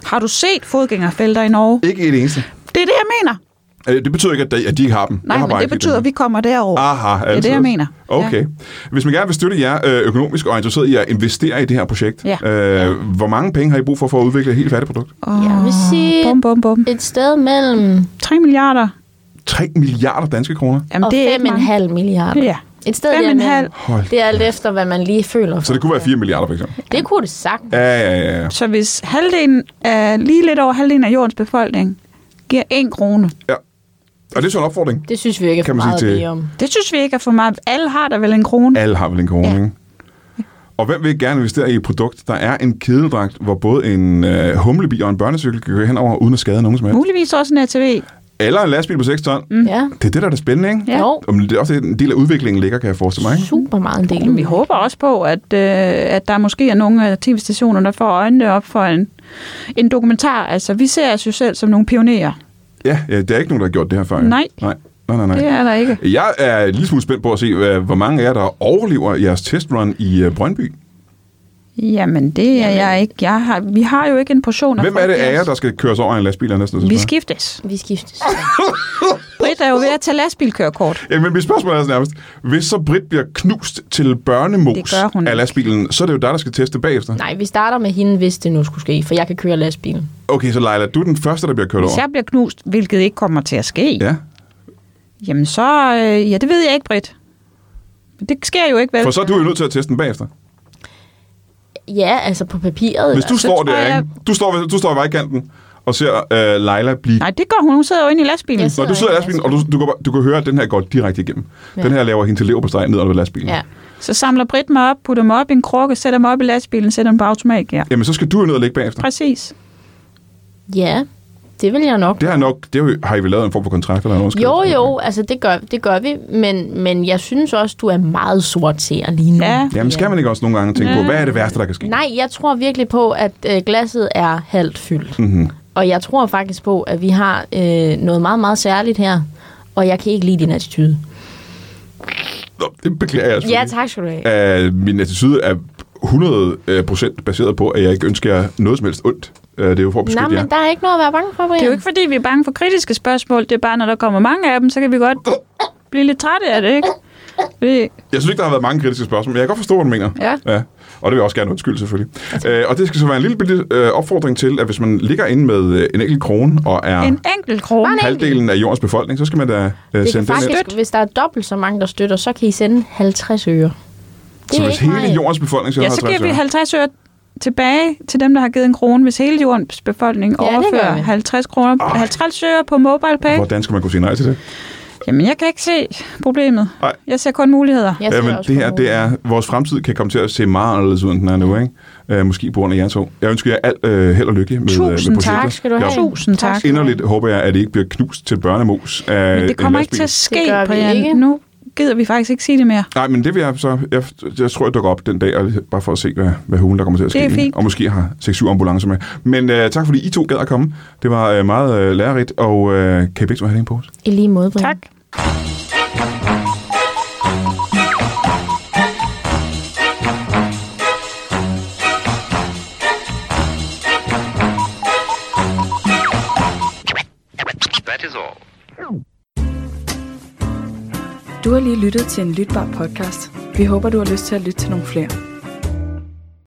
Speaker 3: Har du set fodgængerfelter i Norge?
Speaker 1: Ikke et eneste.
Speaker 3: Det er det, jeg mener.
Speaker 1: Det betyder ikke, at de, at de ikke har dem.
Speaker 3: Nej,
Speaker 1: har
Speaker 3: men det betyder, at vi kommer derover.
Speaker 1: Aha,
Speaker 3: det er det, jeg mener.
Speaker 1: Okay. Ja. Hvis man gerne vil støtte jer øh, økonomisk og er interesseret i at investere i det her projekt,
Speaker 3: ja.
Speaker 1: øh, hvor mange penge har I brug for for at udvikle et helt færdigt produkt?
Speaker 2: Oh, jeg vil sige
Speaker 3: bum, bum, bum.
Speaker 2: et sted mellem
Speaker 3: tre milliarder.
Speaker 1: tre milliarder danske kroner?
Speaker 2: Jamen, og det er fem komma fem milliarder.
Speaker 3: Ja.
Speaker 2: Et sted
Speaker 3: fem komma fem.
Speaker 2: Det er alt efter, hvad man lige føler for.
Speaker 1: Så det kunne være fire milliarder, for eksempel?
Speaker 2: Det kunne det sagtens.
Speaker 1: Ja, ja, ja, ja.
Speaker 3: Så hvis halvdelen af, lige lidt over halvdelen af jordens befolkning giver en krone.
Speaker 1: Ja. Og det er så en opfordring.
Speaker 2: Det synes vi ikke er for meget til... om.
Speaker 3: Det synes vi ikke er for meget. Alle har der vel en krone.
Speaker 1: Alle har vel en krone, ja. Ikke? Og hvem vil gerne investere i et produkt? Der er en kædedragt, hvor både en øh, humlebi og en børnecykel kan gå henover, uden at skade nogen som helst.
Speaker 3: Muligvis også en A T V.
Speaker 1: Eller en lastbil på seks ton.
Speaker 2: Mm. Ja.
Speaker 1: Det er det, der er det spændende, ikke?
Speaker 2: Ja.
Speaker 1: Og det er også en del af udviklingen ligger, kan jeg forestille mig. Ikke?
Speaker 2: Super meget en del.
Speaker 3: Vi håber også på, at, øh, at der måske er nogle af tv-stationerne, der får øjnene op for en, en dokumentar. Altså, vi ser os jo selv som nogle pionerer.
Speaker 1: Ja, ja, det er ikke nogen, der har gjort det her før.
Speaker 3: Nej.
Speaker 1: Nej. Nej, nej, nej.
Speaker 3: Det er der ikke.
Speaker 1: Jeg er en lille smule spændt på at se, hvor mange af jer, der overlever jeres testrun i Brøndby.
Speaker 3: Jamen, det er jeg ikke. Jeg har, vi har jo ikke en portion af
Speaker 1: Hvem er det af jer, der skal køres over en lastbil? Næsten,
Speaker 3: vi skiftes.
Speaker 2: Vi skiftes.
Speaker 3: Britt er jo ved at tage lastbilkørekort.
Speaker 1: Jamen, mit spørgsmål er altså nærmest, hvis så Britt bliver knust til børnemos af lastbilen, så er det jo dig, der skal teste bagefter.
Speaker 2: Nej, vi starter med hende, hvis det nu skulle ske, for jeg kan køre lastbilen.
Speaker 1: Okay, så Leila, du er den første, der bliver kørt
Speaker 3: hvis
Speaker 1: over.
Speaker 3: Hvis jeg bliver knust, hvilket ikke kommer til at ske,
Speaker 1: ja.
Speaker 3: Jamen så, øh, ja, det ved jeg ikke, Britt. Det sker jo ikke, vel?
Speaker 1: For så er du jo nødt til at teste den bagefter.
Speaker 2: Ja, altså på papiret.
Speaker 1: Hvis du
Speaker 2: altså,
Speaker 1: står der,
Speaker 3: jeg...
Speaker 1: du står, du står i vejkanten og ser uh, Leila blive...
Speaker 3: Nej, det gør hun. Hun sidder jo inde i lastbilen.
Speaker 1: Når du sidder i lastbilen, og du, du, kan, du kan høre, at den her går direkte igennem. Ja. Den her laver hende til leverpostej ned under lastbilen.
Speaker 3: Ja. Så samler Britt mig op, putter mig op i en krukke, sætter mig op i lastbilen, sætter den på automat, ja.
Speaker 1: Jamen, så skal du jo ned og ligge bagefter.
Speaker 3: Præcis.
Speaker 2: Ja, det vil jeg nok.
Speaker 1: Det har nok, det har I vel lavet en form for kontrakt eller noget?
Speaker 2: Jo, jo, altså det gør, det gør vi, men, men jeg synes også, du er meget sort til lige nu.
Speaker 3: Ja.
Speaker 1: Jamen, skal man ikke også nogle gange tænke ja. på, hvad er det værste, der kan ske?
Speaker 2: Nej, jeg tror virkelig på, at øh, glasset er halvt fyldt. Mm-hmm. Og jeg tror faktisk på, at vi har øh, noget meget, meget særligt her, og jeg kan ikke lide din attitude.
Speaker 1: Nå, det beklager jeg
Speaker 2: Ja, tak skal du have.
Speaker 1: Uh, min attitude er hundrede procent baseret på, at jeg ikke ønsker jer noget som helst ondt. Uh, det er jo for at beskytte jer.
Speaker 2: Nej, men der er ikke noget at være bange for, Brian.
Speaker 3: Det er jo ikke, fordi vi er bange for kritiske spørgsmål. Det er bare, når der kommer mange af dem, så kan vi godt blive lidt trætte af det, ikke? Det...
Speaker 1: Jeg synes ikke, der har været mange kritiske spørgsmål, men jeg kan godt forstå, hvad du mener.
Speaker 3: Ja.
Speaker 1: Ja. Og det vil jeg også gerne undskylde, selvfølgelig. Uh, og det skal så være en lille bitte uh, opfordring til, at hvis man ligger inde med uh, en enkelt krone og er
Speaker 3: en enkelt krone.
Speaker 1: halvdelen af jordens befolkning, så skal man da uh, sende
Speaker 2: det
Speaker 1: den
Speaker 2: faktisk,
Speaker 1: lidt.
Speaker 2: Hvis der er dobbelt så mange, der støtter, så kan I sende halvtreds øre. Det
Speaker 1: så hvis hele meget. jordens befolkning sender
Speaker 3: ja, så
Speaker 1: halvtreds
Speaker 3: giver vi halvtreds øre tilbage til dem, der har givet en krone, hvis hele jordens befolkning ja, overfører halvtreds kroner, oh. halvtreds øre på MobilePay.
Speaker 1: Hvordan skal man kunne sige nej til det?
Speaker 3: Jamen, jeg kan ikke se problemet.
Speaker 1: Nej.
Speaker 3: Jeg ser kun muligheder.
Speaker 2: Jeg
Speaker 1: ja, men det her, det er, vores fremtid kan komme til at se meget anderledes ud, end den er nu, ikke? Uh, måske på grund af jer to. Jeg ønsker jer alt uh, held og lykke med,
Speaker 3: Tusind
Speaker 1: med projektet.
Speaker 3: tak skal du have. Tusind tak.
Speaker 1: Inderligt håber jeg, at det ikke bliver knust til børnemos af
Speaker 3: men det kommer ikke til at ske, Brian. Nu gider vi faktisk ikke sige det mere.
Speaker 1: Nej, men det vil jeg så... Jeg, jeg tror, jeg dukker op den dag, og bare for at se, hvad, hvad hulen der kommer til at ske.
Speaker 3: Det er fint.
Speaker 1: Og måske har seks syv ambulancer med. Men uh, tak, fordi I to gad at komme. Det var uh, meget uh, lærerigt, og uh, kan I begge to have en pose?
Speaker 2: I lige måde, Brian.
Speaker 3: Tak.
Speaker 6: That is all.
Speaker 7: Du har lige lyttet til en lytbar podcast. Vi håber, du har lyst til at lytte til nogle flere.